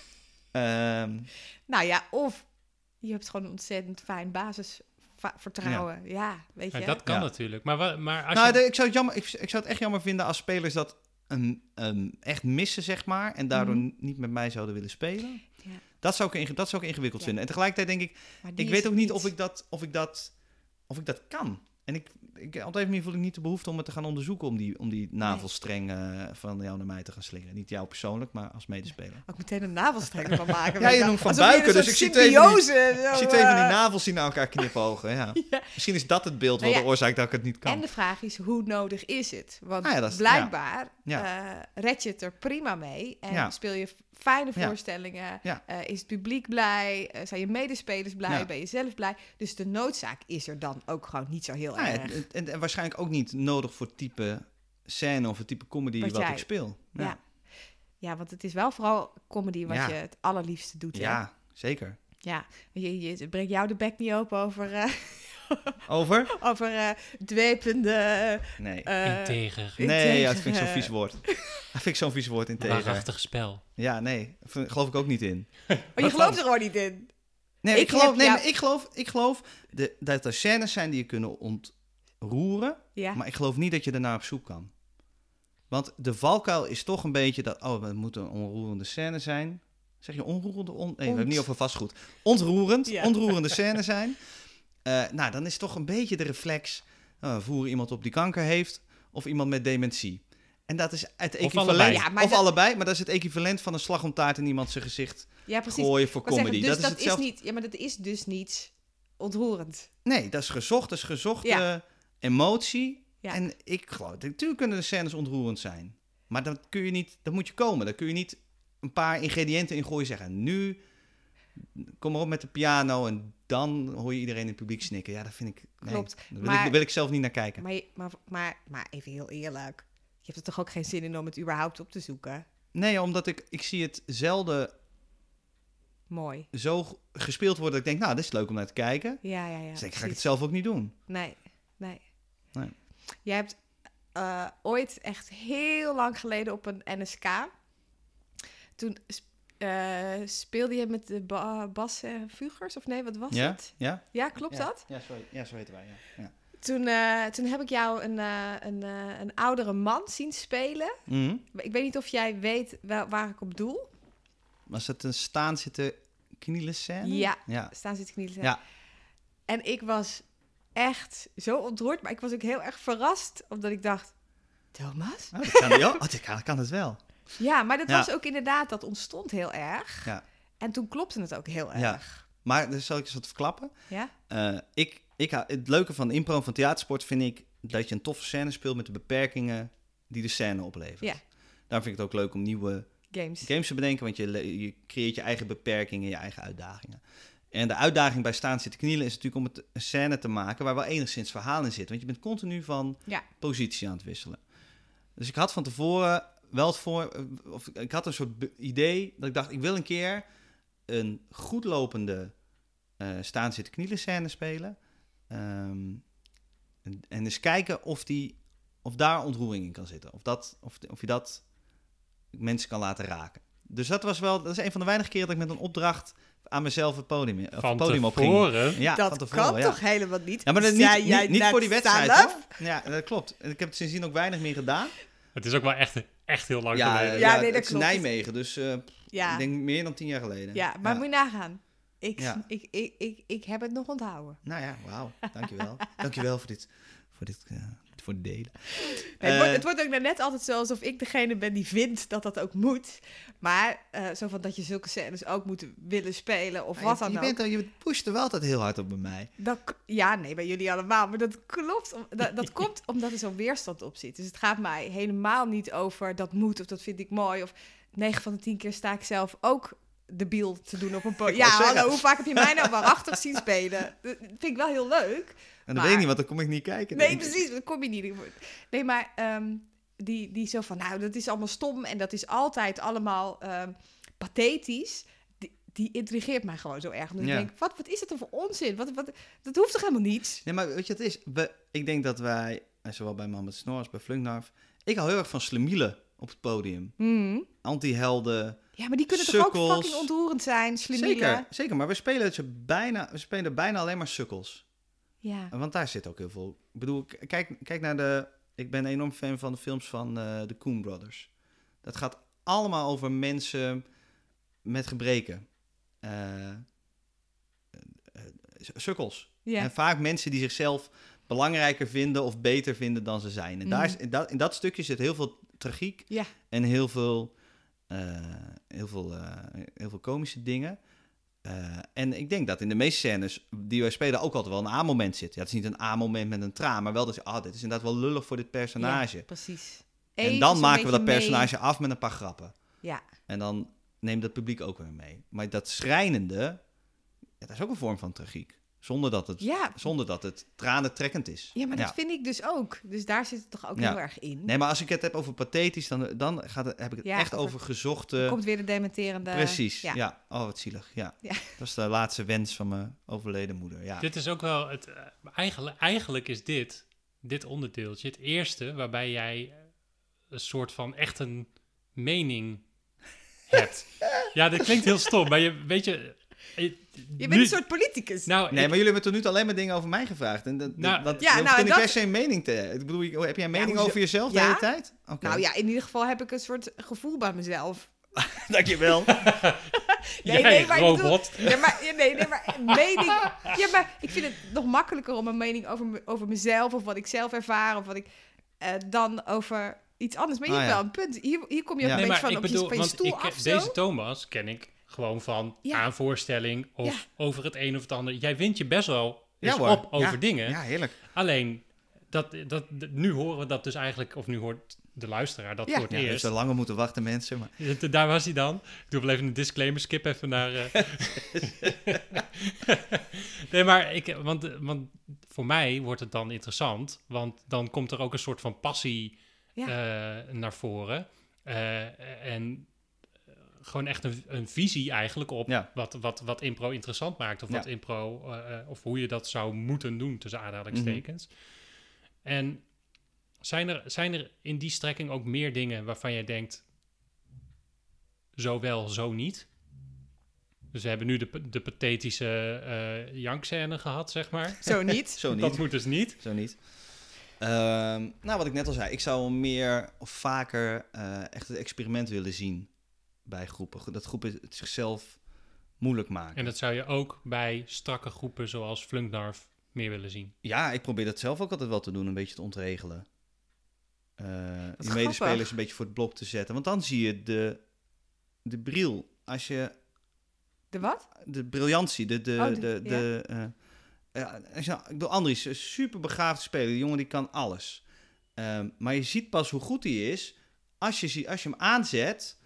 um, nou ja, of je hebt gewoon een ontzettend fijn basisvertrouwen. Ja. ja, weet je. Ja, dat kan ja. natuurlijk. Maar, wa- maar als nou, je... de, ik, zou het jammer, ik, ik zou het echt jammer vinden als spelers dat um, um, echt missen, zeg maar. En daardoor Mm-hmm. niet met mij zouden willen spelen. Ja. Dat zou ik, inge- dat zou ik ingewikkeld Ja. vinden. En tegelijkertijd denk ik, Maar die ik is weet ook het niet of ik dat, of ik dat, of ik dat kan. En ik, ik, op een of andere manier voel ik niet de behoefte om het te gaan onderzoeken, om die, om die navelstreng uh, van jou naar mij te gaan slingeren. Niet jou persoonlijk, maar als medespeler. Ook meteen een navelstreng van maken. Ja, je noemt van alsof je buiken, een dus ik soort zie twee van die, symbiose, zo, ik zie twee van die uh, navels die naar elkaar knipogen. Ja. Ja. Misschien is dat het beeld wel Nou ja, de oorzaak dat ik het niet kan. En de vraag is, hoe nodig is het? Want Ah ja, dat is- blijkbaar ja. uh, red je het er prima mee. En Ja. speel je fijne Ja. voorstellingen. Ja. Uh, is het publiek blij? Uh, zijn je medespelers blij? Ja. Ben je zelf blij? Dus de noodzaak is er dan ook gewoon niet zo heel Nou ja, erg. en, en, en waarschijnlijk ook niet nodig voor het type scène of het type comedy Wat wat, jij- ik speel. Ja. Ja, ja, want het is wel vooral comedy wat Ja. je het allerliefste doet. Hè? ja zeker. Ja, je, je, het breekt jou de bek niet open over, uh, Over? over uh, dwepende... Nee. Uh, Integer. Nee, ja, dat vind ik zo'n integer. vies woord. Dat vind ik zo'n vies woord integer. Waarachtig spel. Ja, nee, daar geloof ik ook niet in. Maar je Wat gelooft dan? er gewoon niet in. Nee, Ik ik, geloof, heb nee jou- maar ik geloof, ik geloof de, dat er scènes zijn die je kunnen ontroeren, Ja. maar ik geloof niet dat je ernaar op zoek kan. Want de valkuil is toch een beetje dat, oh, het moet een onroerende scène zijn. Zeg je onroerende? On, nee, we hebben het niet over vastgoed. Ontroerend, Ja. ontroerende scène zijn. Uh, nou, dan is toch een beetje de reflex, uh, we voeren iemand op die kanker heeft of iemand met dementie. En dat is het equivalent, allebei. Ja, maar of dat- allebei, maar dat is het equivalent van een slag om taart in iemand zijn gezicht Ja, precies. gooien voor Ik wou comedy. zeggen, dus dat is dat is, hetzelfde. niet... Ja, maar dat is dus niet ontroerend. Nee, dat is gezocht, dat is gezochte Ja. emotie. Ja. En ik geloof, natuurlijk kunnen de scènes ontroerend zijn. Maar dat kun je niet, dat moet je komen. Daar kun je niet een paar ingrediënten in gooien zeggen. Nu, kom maar op met de piano en dan hoor je iedereen in het publiek snikken. Ja, dat vind ik... Nee, Klopt. Daar wil, Maar- ik, daar wil ik zelf niet naar kijken. Maar, je- maar, maar, maar even heel eerlijk. Je hebt er toch ook geen zin in om het überhaupt op te zoeken? Nee, omdat ik, ik zie het zelden Mooi. zo g- gespeeld worden dat ik denk, nou, dit is leuk om naar te kijken. Ja, ja, ja. dus ik ga ik het precies. zelf ook niet doen. Nee, nee. Nee. Jij hebt eh, ooit echt heel lang geleden op een N S K... Toen sp- eh, speelde je met de ba- Bas eh, Vugers, of nee, wat was Ja? het? Ja? Ja, klopt ja. dat? Ja, zo, ja, zo weten wij, ja. ja. Toen, eh, toen heb ik jou een, eh, een, eh, een oudere man zien spelen. Mhm. Ik weet niet of jij weet wel, waar ik op doel. Was het een staan zitten knielen scène? Ja. Ja. Staan zitten knielen. Ja. En ik was echt zo ontroerd, maar ik was ook heel erg verrast, omdat ik dacht, Thomas? Oh, dat kan, ja, oh, dat kan, kan het wel. Ja, maar dat Ja. was ook inderdaad, dat ontstond heel erg. Ja. En toen klopte het ook heel Ja. erg. Maar dus zal ik eens wat verklappen. Ja? Eh, ik, ik, hou- het leuke van impro van theatersport vind ik dat je een toffe scène speelt met de beperkingen die de scène oplevert. Ja. Daarom vind ik het ook leuk om nieuwe Games. games te bedenken, want je, le- je creëert je eigen beperkingen, je eigen uitdagingen. En de uitdaging bij staan zitten knielen is natuurlijk om het een scène te maken waar wel enigszins verhaal in zit. Want je bent continu van Ja. positie aan het wisselen. Dus ik had van tevoren wel het voor, of ik had een soort be- idee dat ik dacht, ik wil een keer een goed lopende eh, staan zitten knielen scène spelen. Ehm, en, en eens kijken of, die, of daar ontroering in kan zitten. Of, dat, of, of je dat mensen kan laten raken. Dus dat was wel, dat is een van de weinige keren dat ik met een opdracht aan mezelf het podium, of Van het podium op ging. tevoren? Ja, van dat tevoren, kan ja. toch helemaal niet? Ja, maar dat Zei niet, jij niet, niet net voor die wedstrijd, zelf? hoor. Ja, dat klopt. En ik heb het sindsdien ook weinig meer gedaan. Het is ook wel echt, echt heel lang Ja, geleden. Ja, ja, nee, dat het is klopt. Nijmegen, dus eh, Ja. ik denk meer dan tien jaar geleden. Ja, maar moet je nagaan. Ik, Ja. ik, ik, ik, ik heb het nog onthouden. Nou ja, wauw. Dankjewel. Dankjewel voor dit, voor dit, eh, voor het delen. Nee, het, Eh, wordt, het wordt ook nou net altijd zo alsof ik degene ben die vindt dat dat ook moet. Maar eh, zo van dat je zulke scènes ook moet willen spelen of wat dan je, ook. bent, er- je pusht er wel altijd heel hard op bij mij. Dat, k- ja, nee, bij jullie allemaal. Maar dat klopt. om- Dat, dat komt omdat er zo'n weerstand op zit. Dus het gaat mij helemaal niet over dat moet of dat vind ik mooi. Of negen van de tien keer sta ik zelf ook debiel te doen op een podium. Ik wou Ja, zeggen. hallo, hoe vaak heb je mij nou waarachtig zien spelen? Dat vind ik wel heel leuk. En dat Maar- weet ik niet, want dan kom ik niet kijken. Nee, denk ik. precies, dat kom je niet. Nee, maar ehm, die, die zo van, nou, dat is allemaal stom en dat is altijd allemaal ehm, pathetisch. Die, die intrigeert mij gewoon zo erg. Omdat Ja. ik denk, wat, wat is het er voor onzin? Wat, wat, dat hoeft toch helemaal niet? Nee, maar weet je, het is... We, ik denk dat wij, en zowel bij Mohammed Snor als bij Flunknarf... Ik hou heel erg van slemielen op het podium. Mhm. Anti-helden. Ja, maar die kunnen toch ook Sukkels. fucking ontroerend zijn, slimielen? Zeker, zeker, maar we spelen, het zo bijna, we spelen bijna alleen maar sukkels. Ja. Want daar zit ook heel veel... Ik bedoel, k- kijk, kijk naar de... Ik ben een enorm fan van de films van eh, de Coen Brothers. Dat gaat allemaal over mensen met gebreken. Eh, eh, eh, sukkels. Ja. En vaak mensen die zichzelf belangrijker vinden of beter vinden dan ze zijn. En daar is, Mhm. in, dat, in dat stukje zit heel veel tragiek Ja. en heel veel, eh, heel veel, eh, heel veel komische dingen. Eh, en ik denk dat in de meeste scènes die wij spelen ook altijd wel een A-moment zit. Ja, het is niet een A-moment met een traan, maar wel dat je, ah, dit is inderdaad wel lullig voor dit personage. Ja, precies. en Even dan zo'n maken we dat beetje mee. personage af met een paar grappen. Ja. En dan neemt het publiek ook weer mee. Maar dat schrijnende, ja, dat is ook een vorm van tragiek. Zonder dat het, Ja. zonder dat het tranentrekkend is. ja, maar dat vind ik dus ook. Dus daar zit het toch ook Ja. heel erg in. Nee, maar als ik het heb over pathetisch, dan, dan gaat het, heb ik het Ja, echt over- over gezochte... Dan komt weer de dementerende... Precies, Ja. ja. Oh, wat zielig, ja. Ja. Dat is de laatste wens van mijn overleden moeder, ja. Dit is ook wel het. eh, eigenlijk, eigenlijk is dit, dit onderdeeltje, het eerste waarbij jij een soort van echt een mening hebt. Ja, dat klinkt heel stom, maar je weet je. Je, Je bent een soort politicus. Nou, Nee, ik- maar jullie hebben tot nu toe alleen maar dingen over mij gevraagd. En dat, Nou, dat, ja, je hoeft nou, toch niet dat- per se een mening te... Ik bedoel, je- heb jij een mening hoezo- over jezelf de Ja? hele tijd? Oké, Nou ja, in ieder geval heb ik een soort gevoel bij mezelf. dankjewel. Nee, jij nee, maar ik bedoel- robot. Ja, maar, ja, nee, nee, maar mening... Ja, maar ik vind het nog makkelijker om een mening over, me- over mezelf... of wat ik zelf ervaar, of wat ik... eh, dan over iets anders. Maar je Ah, hebt ja. wel een punt. Hier, hier kom je ook Ja. een Nee, beetje maar van, ik op je, bedoel, van je want stoel ik, af, zo. deze Thomas ken ik gewoon van Ja. aan voorstelling of Ja. over het een of het ander. Jij wint je best wel eens Ja hoor. op over Ja. dingen. Ja, heerlijk. Alleen, dat, dat, d- nu horen we dat dus eigenlijk, of nu hoort de luisteraar dat Ja. voor het Ja, dus eerst. we langer moeten wachten, mensen. Maar... Daar was hij dan. Ik doe wel even een disclaimer, skip even naar... Uh... nee, maar ik, want, want voor mij wordt het dan interessant, want dan komt er ook een soort van passie Ja. uh, naar voren. Uh, en gewoon echt een, een visie eigenlijk op Ja. wat, wat, wat impro interessant maakt, of Ja. wat impro, uh, of hoe je dat zou moeten doen, tussen aanhalingstekens. Mm-hmm. En zijn er, zijn er in die strekking ook meer dingen waarvan jij denkt, zo wel, zo niet? Dus we hebben nu de, de pathetische uh, jankscène gehad, zeg maar. Zo niet. Zo niet. Dat moet dus niet. Zo niet. Um, nou, wat ik net al zei, ik zou meer of vaker uh, echt het experiment willen zien bij groepen. Dat groepen het zichzelf moeilijk maken. En dat zou je ook bij strakke groepen zoals Flunknarf meer willen zien? Ja, ik probeer dat zelf ook altijd wel te doen, een beetje te ontregelen. Uh, die grappig. medespelers een beetje voor het blok te zetten. Want dan zie je de, de bril. Als je... De wat? De briljantie. De, de, oh, de, de, ja. de, uh, ja, als je, ik bedoel, Andries, een super begaafde speler. Die jongen die kan alles. Um, maar je ziet pas hoe goed hij is als je, als je hem aanzet,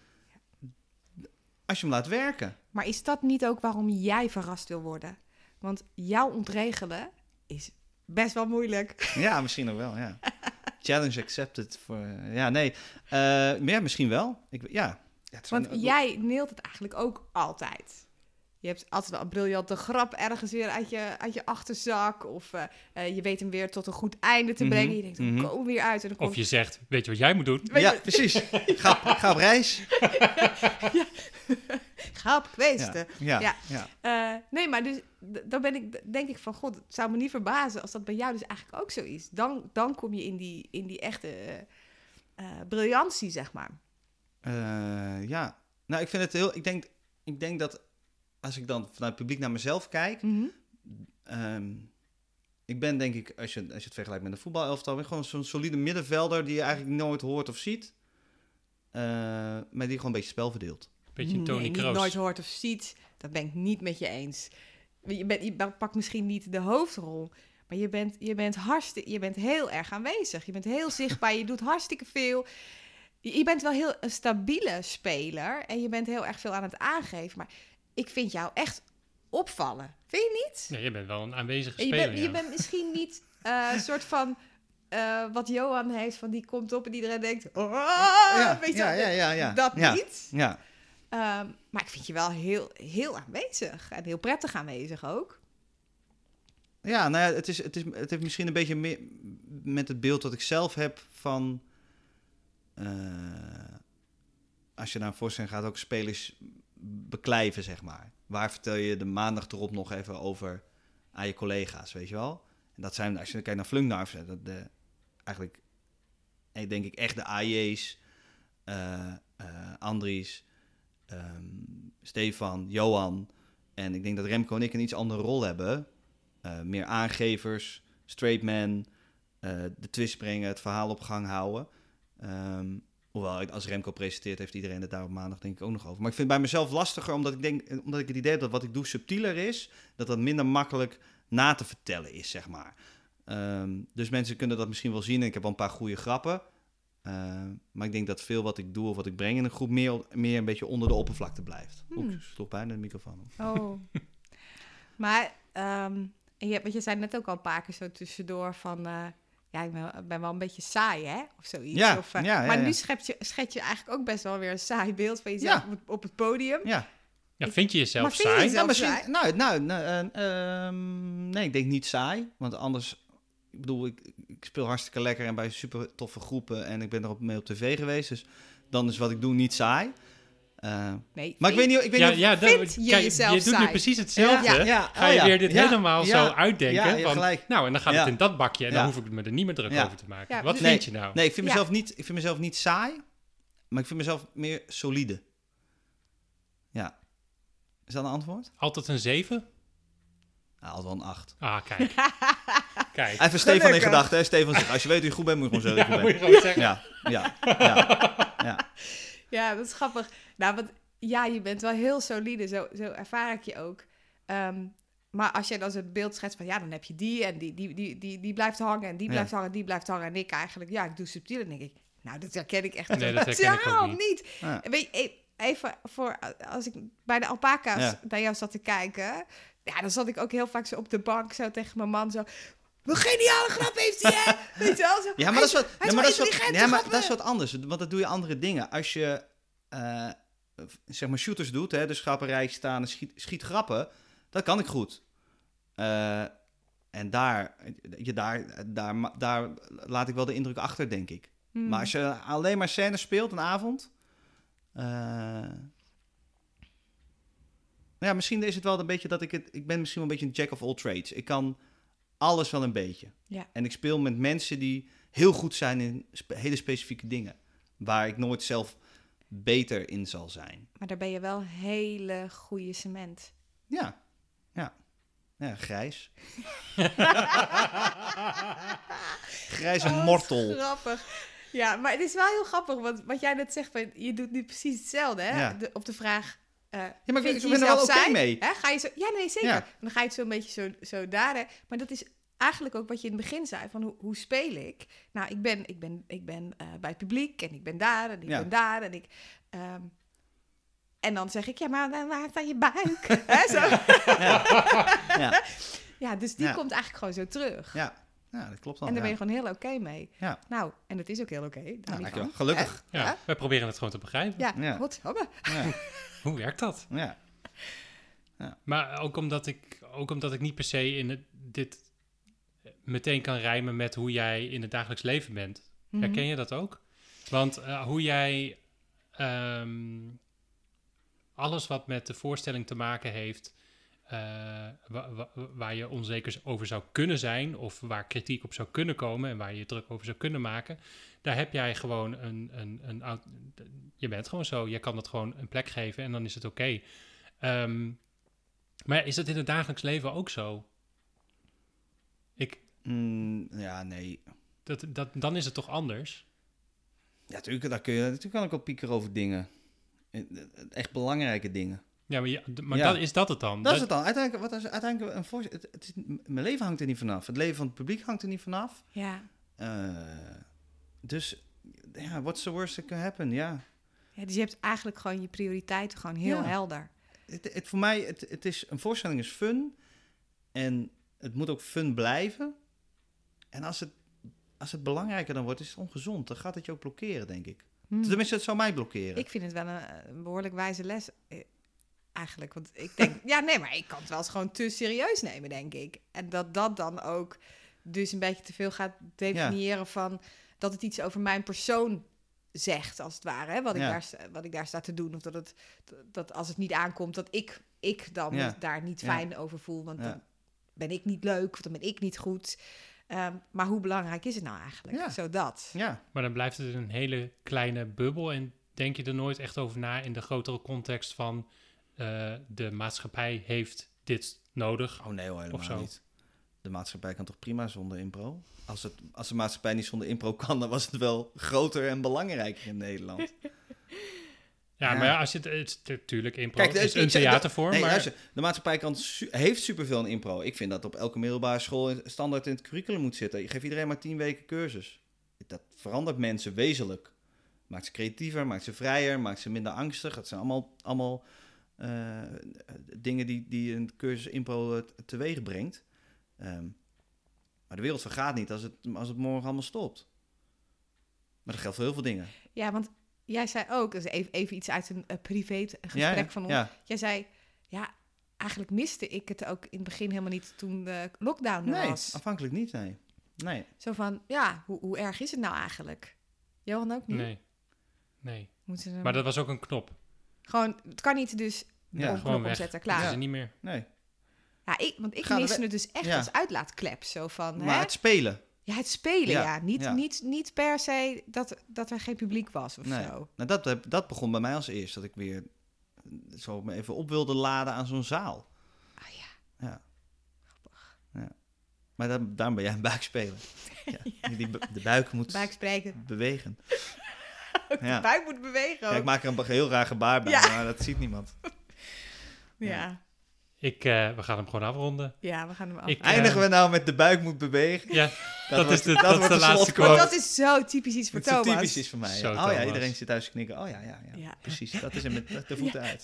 als je hem laat werken. Maar is dat niet ook waarom jij verrast wil worden? Want jou ontregelen is best wel moeilijk. Ja, misschien nog wel, ja. Challenge accepted. Voor, ja, nee. Uh, meer misschien wel. Ik, ja. Ja, Want een, jij neelt het eigenlijk ook altijd. Je hebt altijd wel een briljante grap ergens weer uit je, uit je achterzak. Of uh, uh, je weet hem weer tot een goed einde te brengen. Mm-hmm. Je denkt, hoe mm-hmm. komen we weer uit? En dan komt... Of je zegt, weet je wat jij moet doen? Weet ja, je... precies. Ga, ga op reis. ja. Ga op kweesten. Ja, ja, ja. ja. Uh, nee, maar dus dan ben ik, denk ik van, god, het zou me niet verbazen als dat bij jou dus eigenlijk ook zo is. Dan, dan kom je in die, in die echte uh, briljantie, zeg maar. Uh, ja, nou, ik vind het heel... Ik denk, ik denk dat als ik dan vanuit het publiek naar mezelf kijk... Mm-hmm. Um, ik ben denk ik, als je, als je het vergelijkt met een voetbalelftal... ben gewoon zo'n solide middenvelder die je eigenlijk nooit hoort of ziet. Uh, maar die gewoon een beetje spel verdeelt. Beetje een Tony nee, Kroos. Niet nooit hoort of ziet, dat ben ik niet met je eens. Je, bent, je pakt misschien niet de hoofdrol... maar je bent, je, bent hartstikke, je bent heel erg aanwezig. Je bent heel zichtbaar, je doet hartstikke veel... Je bent wel heel een stabiele speler en je bent heel erg veel aan het aangeven. Maar ik vind jou echt opvallen. Vind je niet? Nee, je bent wel een aanwezige je speler, bent, ja. Je bent misschien niet een uh, soort van... Uh, wat Johan heeft, van die komt op en iedereen denkt... Oh, ja, weet je ja, wat, ja, ja, ja. Dat ja, niet. Ja. Um, maar ik vind je wel heel, heel aanwezig. En heel prettig aanwezig ook. Ja, nou ja, het, is, het, is, het heeft misschien een beetje meer met het beeld dat ik zelf heb van... Uh, als je naar een voorstelling gaat, ook spelers beklijven, zeg maar. Waar vertel je de maandag erop nog even over aan je collega's, weet je wel? En dat zijn, als je kijkt naar Flunknarf, dat de, eigenlijk, denk ik echt de A J's, uh, uh, Andries, um, Stefan, Johan. En ik denk dat Remco en ik een iets andere rol hebben. Uh, meer aangevers, straight man, uh, de twist brengen, het verhaal op gang houden. Um, hoewel, als Remco presenteert, heeft iedereen het daar op maandag denk ik ook nog over. Maar ik vind het bij mezelf lastiger, omdat ik denk, omdat ik het idee heb dat wat ik doe subtieler is, dat dat minder makkelijk na te vertellen is, zeg maar. Um, dus mensen kunnen dat misschien wel zien en ik heb wel een paar goede grappen. Uh, maar ik denk dat veel wat ik doe of wat ik breng in een groep meer, meer een beetje onder de oppervlakte blijft. Hmm. Oeh, ik sloeg bijna de microfoon op. Oh. Maar, um, en je, want je zei net ook al een paar keer zo tussendoor van... Uh, ja, ik ben, ben wel een beetje saai, hè? Of zoiets. Ja, of, uh, ja, ja, maar ja. nu schets je, schets je eigenlijk ook best wel weer een saai beeld van jezelf Ja. op, het, op het podium. Ja. Ja, vind je jezelf maar vind je saai? jezelf Nou, misschien, saai? nou, nou, nou uh, um, nee, ik denk niet saai. Want anders, ik bedoel, ik, ik speel hartstikke lekker en bij super toffe groepen en ik ben er op, mee op tv geweest. Dus dan is wat ik doe niet saai. Uh, Nee, maar ik weet niet, ik weet ja, niet ja, vind dat, je kijk, jezelf je doet saai? nu precies hetzelfde. Ja, ja. Ga je Oh, ja. weer dit Ja, helemaal ja. zo uitdenken. Ja, ja, van, gelijk. nou, en dan gaat Ja. het in dat bakje en dan Ja. hoef ik me er niet meer druk Ja. over te maken. Ja, Wat dus- vind nee, je nou? Nee, ik vind, Ja. mezelf niet, ik vind mezelf niet saai, maar ik vind mezelf meer solide. Ja. Is dat een antwoord? Altijd een zeven? Nou, altijd wel een acht. Ah, kijk. kijk. Even Stefan in Gelukkig. gedachten, hè? Stefan zegt, als je weet hoe je goed bent, moet je gewoon zeggen Ja, dat je moet goed je bent. gewoon zeggen. Ja, ja, ja, ja. Ja, dat is grappig. Nou, want ja, je bent wel heel solide. Zo, zo ervaar ik je ook. Um, maar als jij dan zo'n beeld schetst van... ja, dan heb je die en die, die, die, die, die blijft hangen... en die Ja. blijft hangen, die blijft hangen... en ik eigenlijk, ja, ik doe subtiel. En denk ik, Nou, dat herken ik echt Nee, dat herken ik ook totaal niet. niet. Ja. Weet je, e- even voor als ik bij de alpaca's Ja. naar jou zat te kijken, ja, dan zat ik ook heel vaak zo op de bank zo tegen mijn man zo. Wat geniale grap heeft hij, hè? Weet je wel? Zo, Ja, maar dat is wat, hij ja, maar dat is wat, intelligente ja, maar grappen. dat is wat anders. Want dat doe je andere dingen. Als je eh, zeg maar shooters doet, hè, dus grapperij staan en schiet, schiet grappen, dat kan ik goed. Eh, en daar, je, daar, daar, ma- daar laat ik wel de indruk achter, denk ik. Hmm. Maar als je alleen maar scènes speelt een avond, eh, ja, misschien is het wel een beetje dat ik het, ik ben misschien wel een beetje een jack of all trades. Ik kan alles wel een beetje. Ja. En ik speel met mensen die heel goed zijn in spe- hele specifieke dingen. Waar ik nooit zelf beter in zal zijn. Maar daar ben je wel hele goede cement. Ja, ja. Ja, grijs. Grijze Oh, mortel. Grappig. Ja, maar het is wel heel grappig, want wat jij net zegt, van, je doet nu precies hetzelfde, hè? Ja. De, op de vraag, uh, Ja, maar vind ik je ben er wel jezelf oké zijn? mee. Hè? Ga je zo, ja, nee, zeker. Ja. En dan ga je het zo een beetje zo, zo daar, hè? Maar dat is eigenlijk ook wat je in het begin zei, van hoe, hoe speel ik? Nou, ik ben, ik ben, ik ben uh, bij het publiek en ik ben daar en ik Ja. ben daar en ik... Um, en dan zeg ik, ja, maar dan maakt aan je buik. Hè, zo. Ja. Ja, dus die Ja. komt eigenlijk gewoon zo terug. Ja. Ja, dat klopt wel. En daar ja. ben je gewoon heel oké mee. Ja. Nou, en dat is ook heel oké. daar Ja, niet dankjewel. van. Gelukkig. Hè? Ja, Ja. wij proberen het gewoon te begrijpen. Ja, Ja. godsamme. Ja. Hoe werkt dat? Ja. Maar ook omdat ik, ook omdat ik niet per se in het, dit meteen kan rijmen met hoe jij in het dagelijks leven bent. Mhm. Herken je dat ook? Want uh, hoe jij um, alles wat met de voorstelling te maken heeft, uh, wa- wa- waar je onzeker over zou kunnen zijn, of waar kritiek op zou kunnen komen en waar je je druk over zou kunnen maken, daar heb jij gewoon een, een, een, een je bent gewoon zo, je kan dat gewoon een plek geven en dan is het oké. Okay. Um, maar is dat in het dagelijks leven ook zo? Ik, Mm, ja, nee. dat, dat, dan is het toch anders? Ja, natuurlijk, daar kun je, natuurlijk kan ik wel piekeren over dingen. Echt belangrijke dingen. Ja, maar, ja, d- maar Ja. dat, is dat het dan? Dat is het dan. Uiteindelijk, wat is uiteindelijk een voor, het, het is, mijn leven hangt er niet vanaf. Het leven van het publiek hangt er niet vanaf. Ja. Uh, dus, ja, what's the worst that can happen? Ja. Ja, dus je hebt eigenlijk gewoon je prioriteiten gewoon heel Ja. helder. Het, het, voor mij, het, het is, een voorstelling is fun. En het moet ook fun blijven. En als het, als het belangrijker dan wordt, is het ongezond. Dan gaat het je ook blokkeren, denk ik. Hmm. Tenminste, het zou mij blokkeren. Ik vind het wel een, een behoorlijk wijze les, eh, eigenlijk. Want ik denk, ja, nee, maar ik kan het wel eens gewoon te serieus nemen, denk ik. En dat dat dan ook dus een beetje te veel gaat definiëren ja. van dat het iets over mijn persoon zegt, als het ware. Hè? Wat, ik ja. daar, wat ik daar sta te doen. Of dat, het, dat als het niet aankomt, dat ik, ik dan ja. daar niet ja. fijn over voel. Want ja. dan ben ik niet leuk, of dan ben ik niet goed. Um, maar hoe belangrijk is het nou eigenlijk? Ja. Zo dat. Ja. Maar dan blijft het een hele kleine bubbel. En denk je er nooit echt over na in de grotere context van uh, de maatschappij heeft dit nodig? Oh nee hoor, helemaal of zo. niet. De maatschappij kan toch prima zonder impro? Als, het, als de maatschappij niet zonder impro kan, dan was het wel groter en belangrijker in Nederland. Ja, Ja. maar ja, als je het, het is natuurlijk impro Kijk, de- is een ik zeg- de- theatervorm, Nee, maar luister, de maatschappij kan su- heeft superveel in impro. Ik vind dat op elke middelbare school standaard in het curriculum moet zitten. Je geeft iedereen maar tien weken cursus. Dat verandert mensen wezenlijk. Maakt ze creatiever, maakt ze vrijer, maakt ze minder angstig. Dat zijn allemaal, allemaal uh, dingen die, die een cursus impro uh, teweeg brengt. Um, maar de wereld vergaat niet als het, als het morgen allemaal stopt. Maar dat geldt voor heel veel dingen. Ja, want jij zei ook, dus even, even iets uit een uh, privé gesprek ja, ja, van ons. Ja. Jij zei, ja, eigenlijk miste ik het ook in het begin helemaal niet toen de lockdown er nee, was. afhankelijk niet, nee. nee. Zo van, ja, hoe, hoe erg is het nou eigenlijk? Johan ook niet? Nee, nee. Moeten we... Maar dat was ook een knop. Gewoon, het kan niet dus ja, op knop omzetten, klaar. Dat is er niet meer. Nee. Ja, ik, want ik Gaan miste we... het dus echt ja. als uitlaatklep. Zo van, maar hè? het spelen. Ja, het spelen, ja. ja. Niet, ja. Niet, niet per se dat, dat er geen publiek was of nee. zo. Nou, dat, dat begon bij mij als eerst. Dat ik weer zo me even op wilde laden aan zo'n zaal. Ah ja. Ja. Grappig. Ja. Maar daar, daarom ben jij een buikspeler. Ja. ja. Die, de buik moet Buikspreken. bewegen. De ja. buik moet bewegen. Ja, ik maak er een heel raar gebaar bij, ja. maar dat ziet niemand. Ja. ja. Ik, uh, we gaan hem gewoon afronden. Ja, we gaan hem af. Ik, Eindigen uh, we nou met de buik moet bewegen? Ja. Dat is de, dat dat is wordt de de laatste slotquote. Want quote. dat is zo typisch iets voor Het is Thomas. typisch is voor mij. Zo, ja. Oh Thomas. ja, iedereen zit thuis te knikken. Oh ja, ja, ja. Ja. Precies, dat is hem met de voeten uit.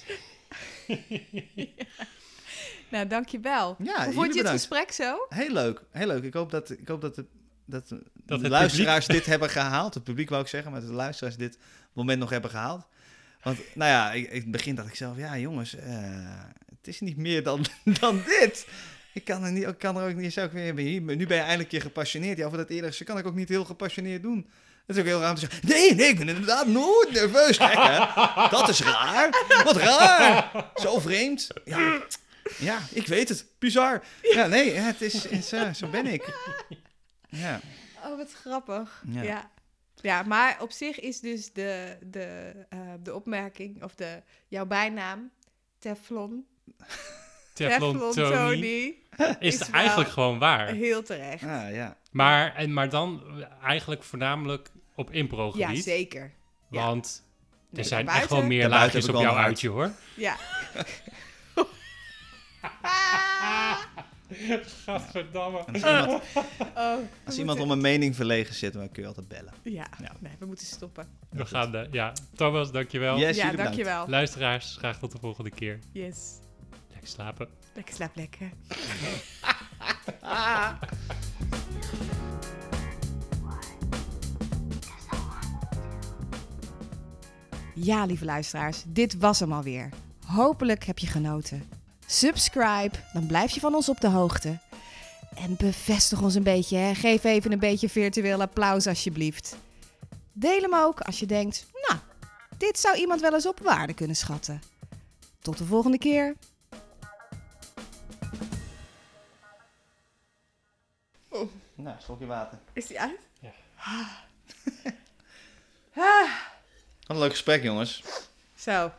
Nou, dankjewel. Ja, Hoe jullie vond je het bedankt. gesprek zo? Heel leuk, heel leuk. Ik hoop dat, ik hoop dat, de, dat de Dat het luisteraars dit hebben gehaald. Het publiek wou ik zeggen, maar dat de luisteraars dit moment nog hebben gehaald. Want, nou ja, ik, in het begin dacht ik zelf, ja jongens, uh, het is niet meer dan, dan dit. Ik kan er, niet, ik kan er ook niet zo weer hier. Nu ben je eindelijk een keer gepassioneerd. Ja, over dat eerder, zo kan ik ook niet heel gepassioneerd doen. Dat is ook heel raar om te zeggen. Nee, nee, ik ben inderdaad nooit nerveus. Gek, hè? Dat is raar. Wat raar. Zo vreemd. Ja, ja ik weet het. Bizar. Ja, nee, het is, is uh, zo ben ik. Ja. Oh, wat grappig. Ja. Ja. Ja, maar op zich is dus de, de, uh, de opmerking, of de, jouw bijnaam, Teflon, Teflon Teflon Tony, Tony, is is het wel eigenlijk gewoon waar. heel terecht. Ah, ja. Maar, en, maar dan eigenlijk voornamelijk op Ja, impro-gebied. zeker. Ja. Want er Nee, zijn echt daarbuiten- gewoon meer Daarbuiten laagjes heb op ik jouw wel een uitje, hoor. Ja. Gadverdamme. En als iemand, Oh, we als iemand om moeten- een mening verlegen zit, dan kun je altijd bellen. Ja, Ja. nee, we moeten stoppen. We gaan, de, ja. Thomas, dankjewel. Yes, Ja, jullie bedankt. dankjewel. Luisteraars, graag tot de volgende keer. Yes. Lekker slapen. Lekker slaap lekker. Ja, lieve luisteraars, dit was hem alweer. Hopelijk heb je genoten. Subscribe, dan blijf je van ons op de hoogte. En bevestig ons een beetje, hè. Geef even een beetje virtueel applaus alsjeblieft. Deel hem ook als je denkt, nou, dit zou iemand wel eens op waarde kunnen schatten. Tot de volgende keer. Nou, slokje water. Is die uit? Ja. Wat een leuk gesprek, jongens. Zo.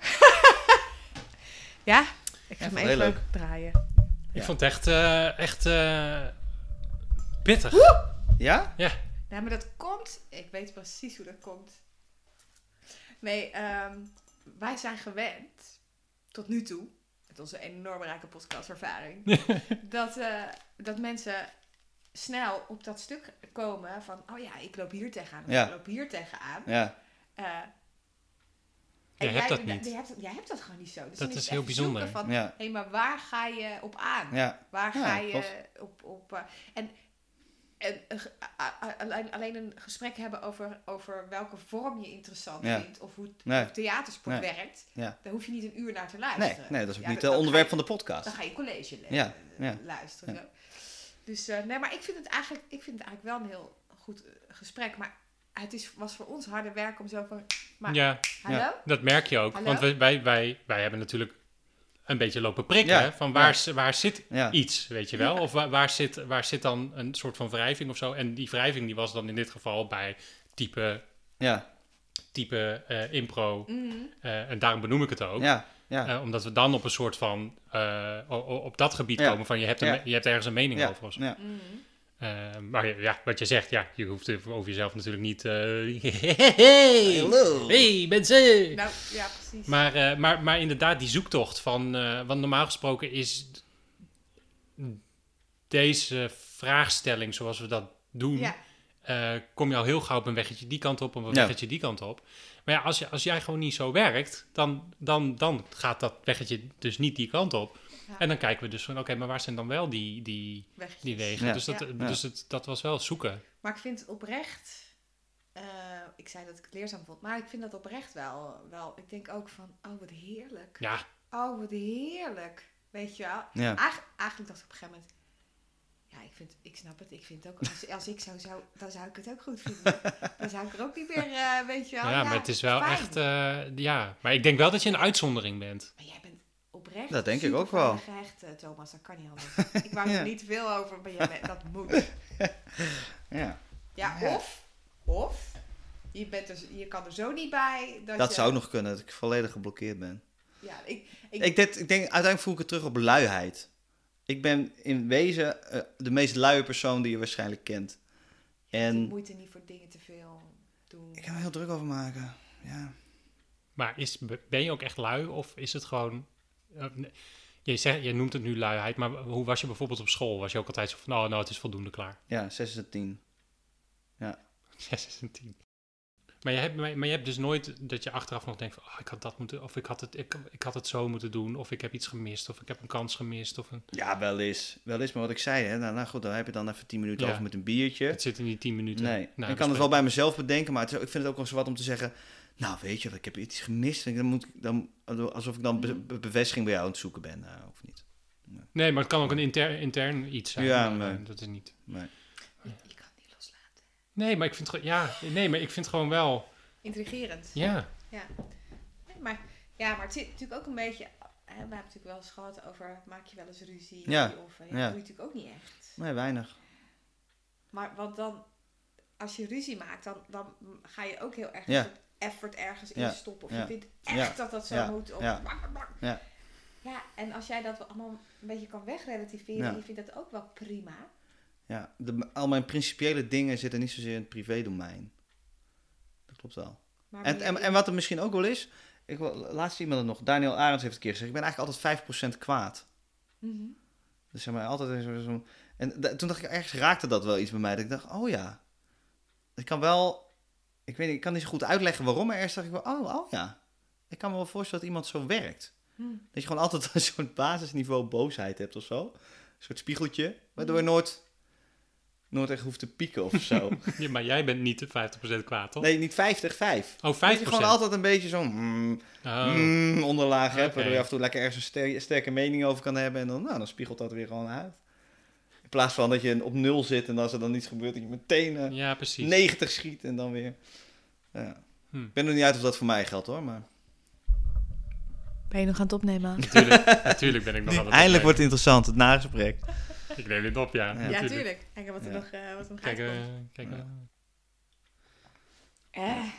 Ja, ik ga Ja, hem heel even leuk. draaien. Ik Ja. vond het echt, eh, echt eh, pittig. Ja? Ja. Ja, maar dat komt... Ik weet precies hoe dat komt. Nee, ehm, wij zijn gewend, tot nu toe, met onze enorm rijke podcastervaring, dat, uh, dat mensen snel op dat stuk komen van, oh ja, ik loop hier tegenaan, of Ja. ik loop hier tegenaan. Ja. Uh, Jij en hebt jij, dat niet. Jij hebt, jij hebt dat gewoon niet zo. Dus Dat dan is het heel even bijzonder. zoeken Van, Ja. hé, maar waar ga je op aan? Ja. Waar Ja, ga je klopt. op... op uh, en en uh, a- a- alleen, alleen een gesprek hebben over, over welke vorm je interessant Ja. vindt... of hoe het Nee. hoe theatersport Nee. werkt... Ja. daar hoef je niet een uur naar te Nee, luisteren. nee, dat is ook Ja, niet dan het onderwerp ga van je- de podcast. Dan ga je college le- Ja, ja. luisteren. Ja. Zo. Dus uh, nee, maar ik vind het eigenlijk, ik vind het eigenlijk wel een heel goed uh, gesprek. Maar het is, was voor ons harde werk om zo van... Maar, Ja, hallo? Ja. dat merk je ook. Hallo? Want wij, wij, wij, wij hebben natuurlijk een beetje lopen prikken. Ja. Hè? Van waar, z- waar zit Ja. iets, weet je wel? Ja. Of waar, waar, zit, waar zit dan een soort van wrijving of zo? En die wrijving die was dan in dit geval bij type, Ja. type eh, impro. Mhm. Eh, en daarom benoem ik het ook. Ja. Ja. Eh, omdat we dan op een soort van... eh, o- o- op dat gebied Ja. komen van je hebt, een, Ja. me- je hebt ergens een mening Ja. over. Of zo. Ja. Mhm. Eh, maar ja, ja, wat je zegt, ja, je hoeft er over jezelf natuurlijk niet... eh hey, Hallo. hey, mensen! Nou, ja, precies. Maar, eh, maar, maar inderdaad, die zoektocht van... eh want normaal gesproken is deze vraagstelling zoals we dat doen... ja. eh, kom je al heel gauw op een weggetje die kant op... of een Ja. weggetje die kant op. Maar ja, als, je, als jij gewoon niet zo werkt... Dan, dan, dan gaat dat weggetje dus niet die kant op. Ja. En dan kijken we dus van... oké, maar waar zijn dan wel die, die, Weggetjes. die wegen? Ja. Dus, dat, Ja. dus het, dat was wel zoeken. Maar ik vind het oprecht... eh, ik zei dat ik het leerzaam vond. Maar ik vind dat oprecht wel... wel ik denk ook van... Oh, wat heerlijk. Ja, Oh, wat heerlijk. Weet je wel? Ja. Eigen- eigenlijk dacht ik op een gegeven moment... Ja, ik, vind, ik snap het. Ik vind het ook... Als, als ik zo zou... Dan zou ik het ook goed vinden. Dan zou ik er ook niet meer... eh, weet je wel? ja, maar het is wel fijn. echt... eh, ja, maar ik denk wel dat je een uitzondering bent. Maar jij bent oprecht... Dat denk ik super ook wel. veilig gehecht, eh, Thomas. Dat kan niet anders. Ik wou Ja. er niet te veel over, maar jij bent, dat moet. Ja. Ja, Ja. of... Of... Je, bent er, je kan er zo niet bij... Dat, Dat je, zou nog kunnen, dat ik volledig geblokkeerd ben. Ja, ik... ik, Ik, dit, ik denk, uiteindelijk voel ik het terug op luiheid. Ik ben in wezen eh, de meest luie persoon die je waarschijnlijk kent. de En moeite niet voor dingen te veel doen. ik kan er heel druk over maken. Ja. Maar is, ben je ook echt lui of is het gewoon... eh, nee. je, zegt, je noemt het nu luiheid, maar hoe was je bijvoorbeeld op school? Was je ook altijd zo van, oh, nou, het is voldoende klaar? Ja, zes is het tien. zes is een tien. Maar je, hebt, maar je hebt dus nooit dat je achteraf nog denkt van... Oh, ik had dat moeten... Of ik had, het, ik, ik had het zo moeten doen. Of ik heb iets gemist. Of ik heb een kans gemist. Of een... Ja, wel eens. Wel eens, maar wat ik zei, hè. Nou, nou goed, dan heb je dan even tien minuten Ja. over met een biertje. Het zit in die tien minuten. Nee, Nou, ik kan het wel bij mezelf bedenken, maar het is, ik vind het ook wel zo wat om te zeggen... Nou, weet je, ik heb iets gemist. En dan moet ik dan, alsof ik dan be- be- bevestiging bij jou aan het zoeken ben, uh, of niet. Nee. Nee, maar het kan ook een inter, intern iets zijn. Ja, maar, nee. uh, dat is niet... Nee. Je kan het niet loslaten. Nee, maar ik vind, ge- ja, nee, maar ik vind gewoon wel... Intrigerend. Ja, Ja. Nee, maar, ja, maar het zit natuurlijk ook een beetje... Hè, we hebben natuurlijk wel eens gehad over... Maak je wel eens ruzie? Ja. Of, ja, Ja. dat doe je natuurlijk ook niet echt. Nee, weinig. Maar wat dan... Als je ruzie maakt, dan, dan ga je ook heel erg Ja. een soort effort ergens in Ja. stoppen. Of Ja. je vindt echt Ja. dat dat zo Ja. moet. Of Ja. Ja. Ja, en als jij dat allemaal een beetje kan wegrelativeren... Ja. en je vindt dat ook wel prima... Ja, de, al mijn principiële dingen zitten niet zozeer in het privédomein. Dat klopt wel. Maar En, meer en, in- en wat er misschien ook wel is... Ik, wil- laatst iemand het nog, Daniel Arends heeft een keer gezegd... Ik ben eigenlijk altijd vijf procent kwaad. Mhm. Dus zeg maar, altijd zo... zo en da- toen dacht ik, ergens raakte dat wel iets bij mij. Dat ik dacht, oh ja. Ik kan wel... Ik weet niet, ik kan niet zo goed uitleggen waarom. Maar eerst dacht ik wel, oh, oh ja. Ik kan me wel voorstellen dat iemand zo werkt. Hm. Dat je gewoon altijd een soort basisniveau boosheid hebt of zo. Een soort spiegeltje. Waardoor je nooit, nooit echt hoeft te pieken of zo. ja, maar jij bent niet de vijftig procent kwaad, toch? Nee, niet vijftig, vijf. Oh, Dat vijf je procent. gewoon altijd een beetje zo'n mm, Oh. mm, onderlaag hebt. Oké. Waardoor je af en toe lekker ergens een ster- sterke mening over kan hebben. En dan, nou, dan spiegelt dat weer gewoon uit. In plaats van dat je op nul zit en als er dan iets gebeurt, dat je meteen uh, Ja, precies. negentig schiet en dan weer... Ja. Hm. Ik ben er niet uit of dat voor mij geldt hoor, maar... Ben je nog aan het opnemen? Natuurlijk, natuurlijk ben ik nog aan het Eindelijk wordt opnemen. het interessant, het nagesprek. Ik neem dit op, ja. Ja. Ja, natuurlijk. tuurlijk. Kijk wat er Ja. nog, uh, wat er nog Kijk, uitkomt. uh, kijk. Ja. uh. Eh,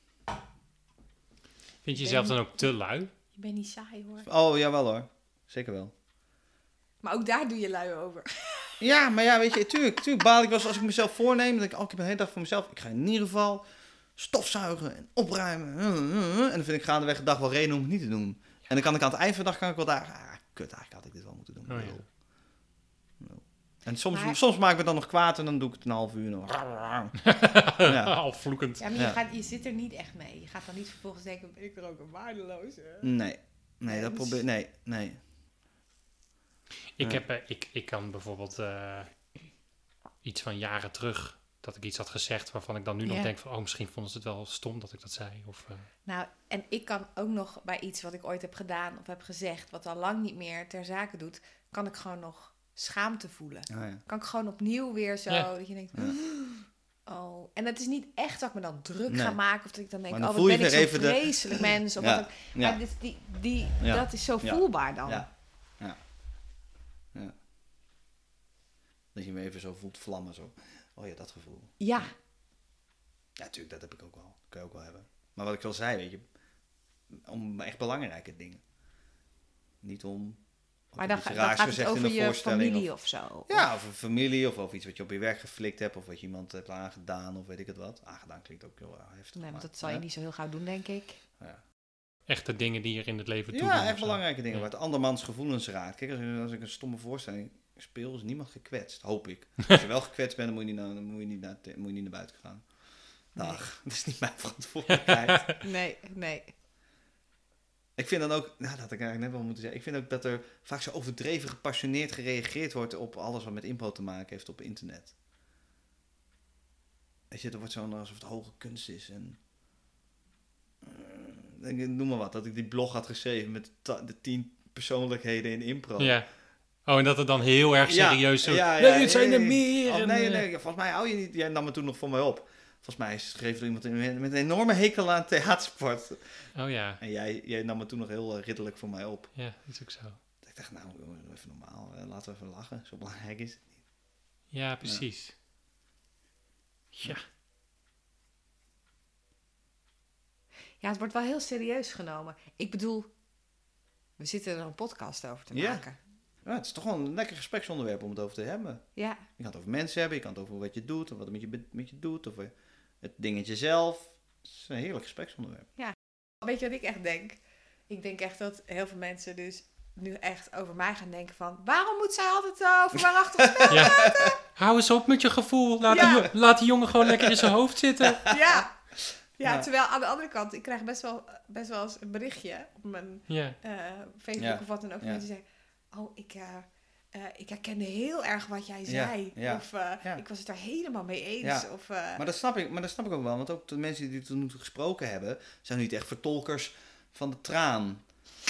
Vind je jezelf dan ook te lui? je bent niet saai hoor. Oh, jawel hoor. Zeker wel. Maar ook daar doe je lui over. Ja, maar ja, weet je, tuurlijk, tuurlijk baal ik wel eens als ik mezelf voorneem. Dan denk ik, oh, ik heb een hele dag voor mezelf. Ik ga in ieder geval stofzuigen en opruimen. En dan vind ik gaandeweg de dag wel reden om het niet te doen. En dan kan ik aan het eind van de dag kan ik wel daar... Ah, kut, eigenlijk had ik dit wel moeten doen. Oh, ja. Lul. Lul. En soms, Maar- soms maak ik me dan nog kwaad en dan doe ik het een half uur. En dan... Ja. Al vloekend. Ja, maar je, Ja. gaat, je zit er niet echt mee. Je gaat dan niet vervolgens denken, ben ik er ook een waardeloze? Nee, nee, dat Mens. probeer Nee, nee. Ik, Ja. heb, eh, ik, ik kan bijvoorbeeld uh, iets van jaren terug... dat ik iets had gezegd waarvan ik dan nu nog Ja. denk van... oh, misschien vonden ze het wel stom dat ik dat zei. Of, uh, Nou, en ik kan ook nog bij iets wat ik ooit heb gedaan of heb gezegd... wat al lang niet meer ter zake doet... kan ik gewoon nog schaamte voelen. Ah, ja. Kan ik gewoon opnieuw weer zo... Ja. dat je denkt... Ja. Oh, en het is niet echt dat ik me dan druk Nee. ga maken... of dat ik dan denk, Maar dan oh, voel wat je ben ik weer zo'n even de- vreselijk mens. Of Ja. wat ik, Ja. Maar dit, die, die, Ja. dat is zo Ja. voelbaar dan. Ja. Ja. Ja. Dat je me even zo voelt vlammen. Zo. Oh ja, dat gevoel. Ja. Ja, natuurlijk, dat heb ik ook wel. Dat kun je ook wel hebben. Maar wat ik al zei, weet je, om echt belangrijke dingen. Niet om... Maar ik dan, heb ga- iets dan raars gaat het gezegd in over een je voorstelling familie of- of, zo. Ja, of een familie, of over iets wat je op je werk geflikt hebt, of wat je iemand hebt aangedaan, of weet ik het wat. Aangedaan klinkt ook heel uh, heftig. Nee, maar maar, dat zal je hè? niet zo heel gauw doen, denk ik. Ja, echte dingen die er in het leven toe ja doen. echt belangrijke dingen, Ja. waar het andermans gevoelens raakt. Kijk, als, als ik een stomme voorstelling speel, is niemand gekwetst, hoop ik. Als je wel gekwetst bent, dan moet je niet naar, dan moet je niet naar, moet je niet naar buiten gaan. Dag, dat is niet mijn verantwoordelijkheid. Nee, nee. Ik vind dan ook, nou, dat had ik eigenlijk net wel moeten zeggen. Ik vind ook dat er vaak zo overdreven gepassioneerd gereageerd wordt op alles wat met impro te maken heeft op internet. Weet je, er wordt zo alsof het hoge kunst is. En, uh, ik noem maar wat, dat ik die blog had geschreven met ta- de tien persoonlijkheden in impro. Ja. Oh, en dat het dan heel erg serieus zo... ja, ja, nee, het zijn er nee. meer. Oh, en, nee, eh, nee, volgens mij hou je niet. Jij nam het toen nog voor mij op. Volgens mij schreef er iemand in met, met een enorme hekel aan theatersport. Oh ja, En jij, jij nam het toen nog heel uh, ridderlijk voor mij op. ja, dat is ook zo. Ik dacht, nou, jongen, doe even normaal. Uh, laten we even lachen. Zo belangrijk is het niet. Ja, precies. Ja. Ja, het wordt wel heel serieus genomen. Ik bedoel, we zitten er een podcast over te Ja. maken. Ja, het is toch gewoon een lekker gespreksonderwerp om het over te hebben. Ja. Je kan het over mensen hebben, je kan het over wat je doet, of wat het met je, be- met je doet, of het dingetje zelf. Het is een heerlijk gespreksonderwerp. Weet je wat ik echt denk? Ik denk echt dat heel veel mensen dus nu echt over mij gaan denken van... Waarom moet zij altijd uh, over waarachtig spelen? Ja. Hou eens op met je gevoel. Laat, Ja. die, jo- laat die jongen gewoon lekker in zijn hoofd zitten. Ja. Ja, Ja. terwijl aan de andere kant... Ik krijg best wel, best wel eens een berichtje op mijn Ja. uh, Facebook Ja. of wat dan ook. Ja. Mensen zeggen... Oh, ik, uh, uh, ik herkende heel erg wat jij Ja. zei. Ja. Of uh, Ja. ik was het daar helemaal mee eens. Ja. Of, uh, Maar dat snap ik, maar dat snap ik ook wel. Want ook de mensen die toen gesproken hebben... zijn niet echt vertolkers van de traan.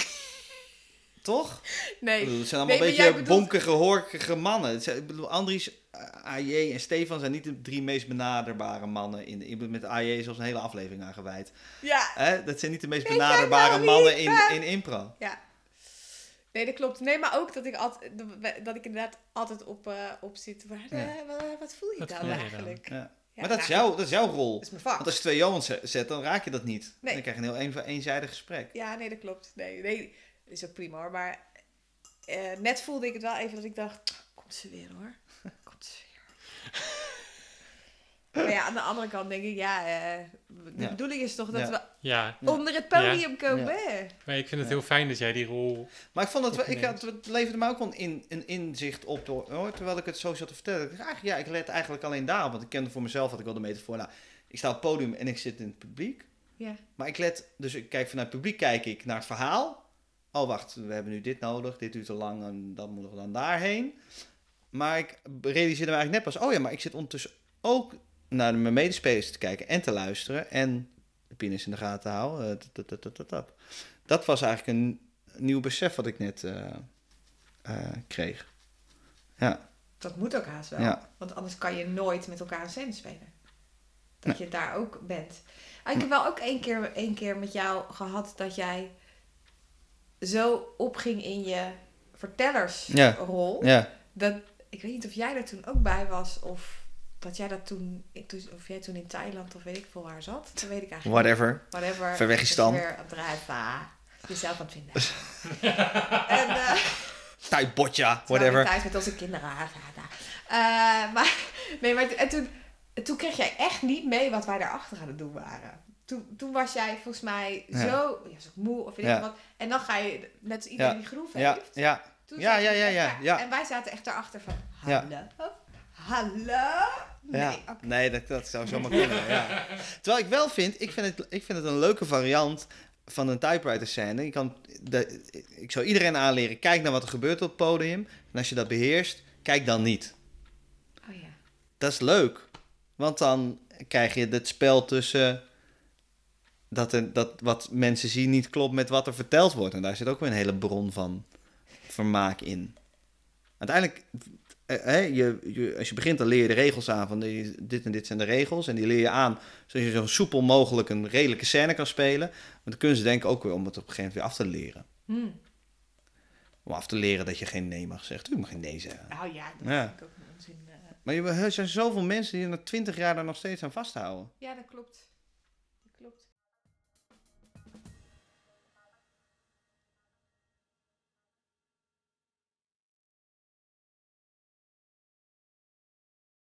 Toch? nee. Ik bedoel, het zijn allemaal Nee, een maar jij beetje bedoelt- bonkige, horkige mannen. Het zijn, ik bedoel, Andries, A J en Stefan zijn niet de drie meest benaderbare mannen. In, ik bedoel, met A J is zelfs een hele aflevering aan gewijd. Ja. Hè? Dat zijn niet de meest Weet jij benaderbare nou wie mannen ik in, ben? in impro. Ja. Nee, dat klopt. Nee, maar ook dat ik, altijd, dat ik inderdaad altijd op, uh, op zit. Waar, Ja. uh, wat, wat voel je Wat dan voel je dan? eigenlijk? Ja. Ja, maar dat, nou, is jouw, dat is jouw rol. Dat is mijn vak. Want als je twee Johans zet- zet, dan raak je dat niet. Nee. Dan krijg je een heel een, eenzijdig gesprek. Ja, nee, dat klopt. Nee, nee, dat is ook prima hoor. Maar uh, net voelde ik het wel even dat ik dacht, komt ze weer hoor. Komt ze weer. Maar ja, aan de andere kant denk ik, ja, uh, de Ja. bedoeling is toch dat Ja. we Ja, onder het podium komen. Ja. hè? maar ik vind het Ja. heel fijn dat jij die rol... Maar ik vond het, wel- ik Opneemt. had, het leverde me ook wel in, een inzicht op, door, hoor, terwijl ik het zo zat te vertellen. Ik dacht, eigenlijk, ja, ik let eigenlijk alleen daarop, want ik kende voor mezelf, had ik wel de metafoor. Nou, ik sta op het podium en ik zit in het publiek. Ja. Maar ik let, dus ik kijk vanuit het publiek, kijk ik naar het verhaal. Oh, wacht, we hebben nu dit nodig, dit duurt te lang en dan moeten we dan daarheen. Maar ik realiseerde me eigenlijk net pas, oh ja, maar ik zit ondertussen ook naar mijn medespelers te kijken en te luisteren en de penis in de gaten te houden. Eh, tut, tut, tut, tut, tut. Dat was eigenlijk een nieuw besef wat ik net uh, uh, kreeg. Ja. Dat moet ook haast wel. Ja. Want anders kan je nooit met elkaar een scène spelen. Dat Nee. je daar ook bent. Ah, ik heb wel ook één keer, één keer met jou gehad dat jij zo opging in je vertellersrol. Ja. Dat, ik weet niet of jij er toen ook bij was of dat jij dat toen, of jij toen in Thailand of weet ik veel waar zat. Dat weet ik eigenlijk niet. Whatever. Whatever. Verwegistan. Dat je weer aan het drijven. Ah, jezelf aan het vinden. en uh, Thai botja, Terwijl whatever. we thuis met onze kinderen. Ah, ah, ah. Uh, maar nee, maar en toen, toen kreeg jij echt niet mee wat wij daarachter aan het doen waren. Toen, toen was jij volgens mij Ja. zo, ja, zo moe of weet Ja. ik wat. En dan ga je, net als iedereen Ja. die groef Ja, heeft. ja. Toen Ja, zat ja, je ja, echt ja, daar. ja. En wij zaten echt daarachter van, Ja. hallo, hallo. Nee, Ja. oké. Nee, dat, dat zou zomaar kunnen. Ja. Terwijl ik wel vind, ik vind, het, ik vind het een leuke variant van een typewriter scène. Je kan, de, ik zou iedereen aanleren, kijk naar wat er gebeurt op het podium. En als je dat beheerst, kijk dan niet. Oh ja. Dat is leuk. Want dan krijg je het spel tussen dat, er, dat wat mensen zien niet klopt met wat er verteld wordt. En daar zit ook weer een hele bron van vermaak in. Uiteindelijk, eh, eh, je, je, als je begint, dan leer je de regels aan van die, dit en dit zijn de regels. En die leer je aan zodat je zo soepel mogelijk een redelijke scène kan spelen. Maar de kunst denk ik ook weer om het op een gegeven moment weer af te leren. Hmm. Om af te leren dat je geen nee mag zeggen. U mag geen nee zeggen. Nou ja, dat Ja. vind ik ook een onzin. Uh, Maar je- er zijn zoveel mensen die er na twintig jaar daar nog steeds aan vasthouden. ja, dat klopt.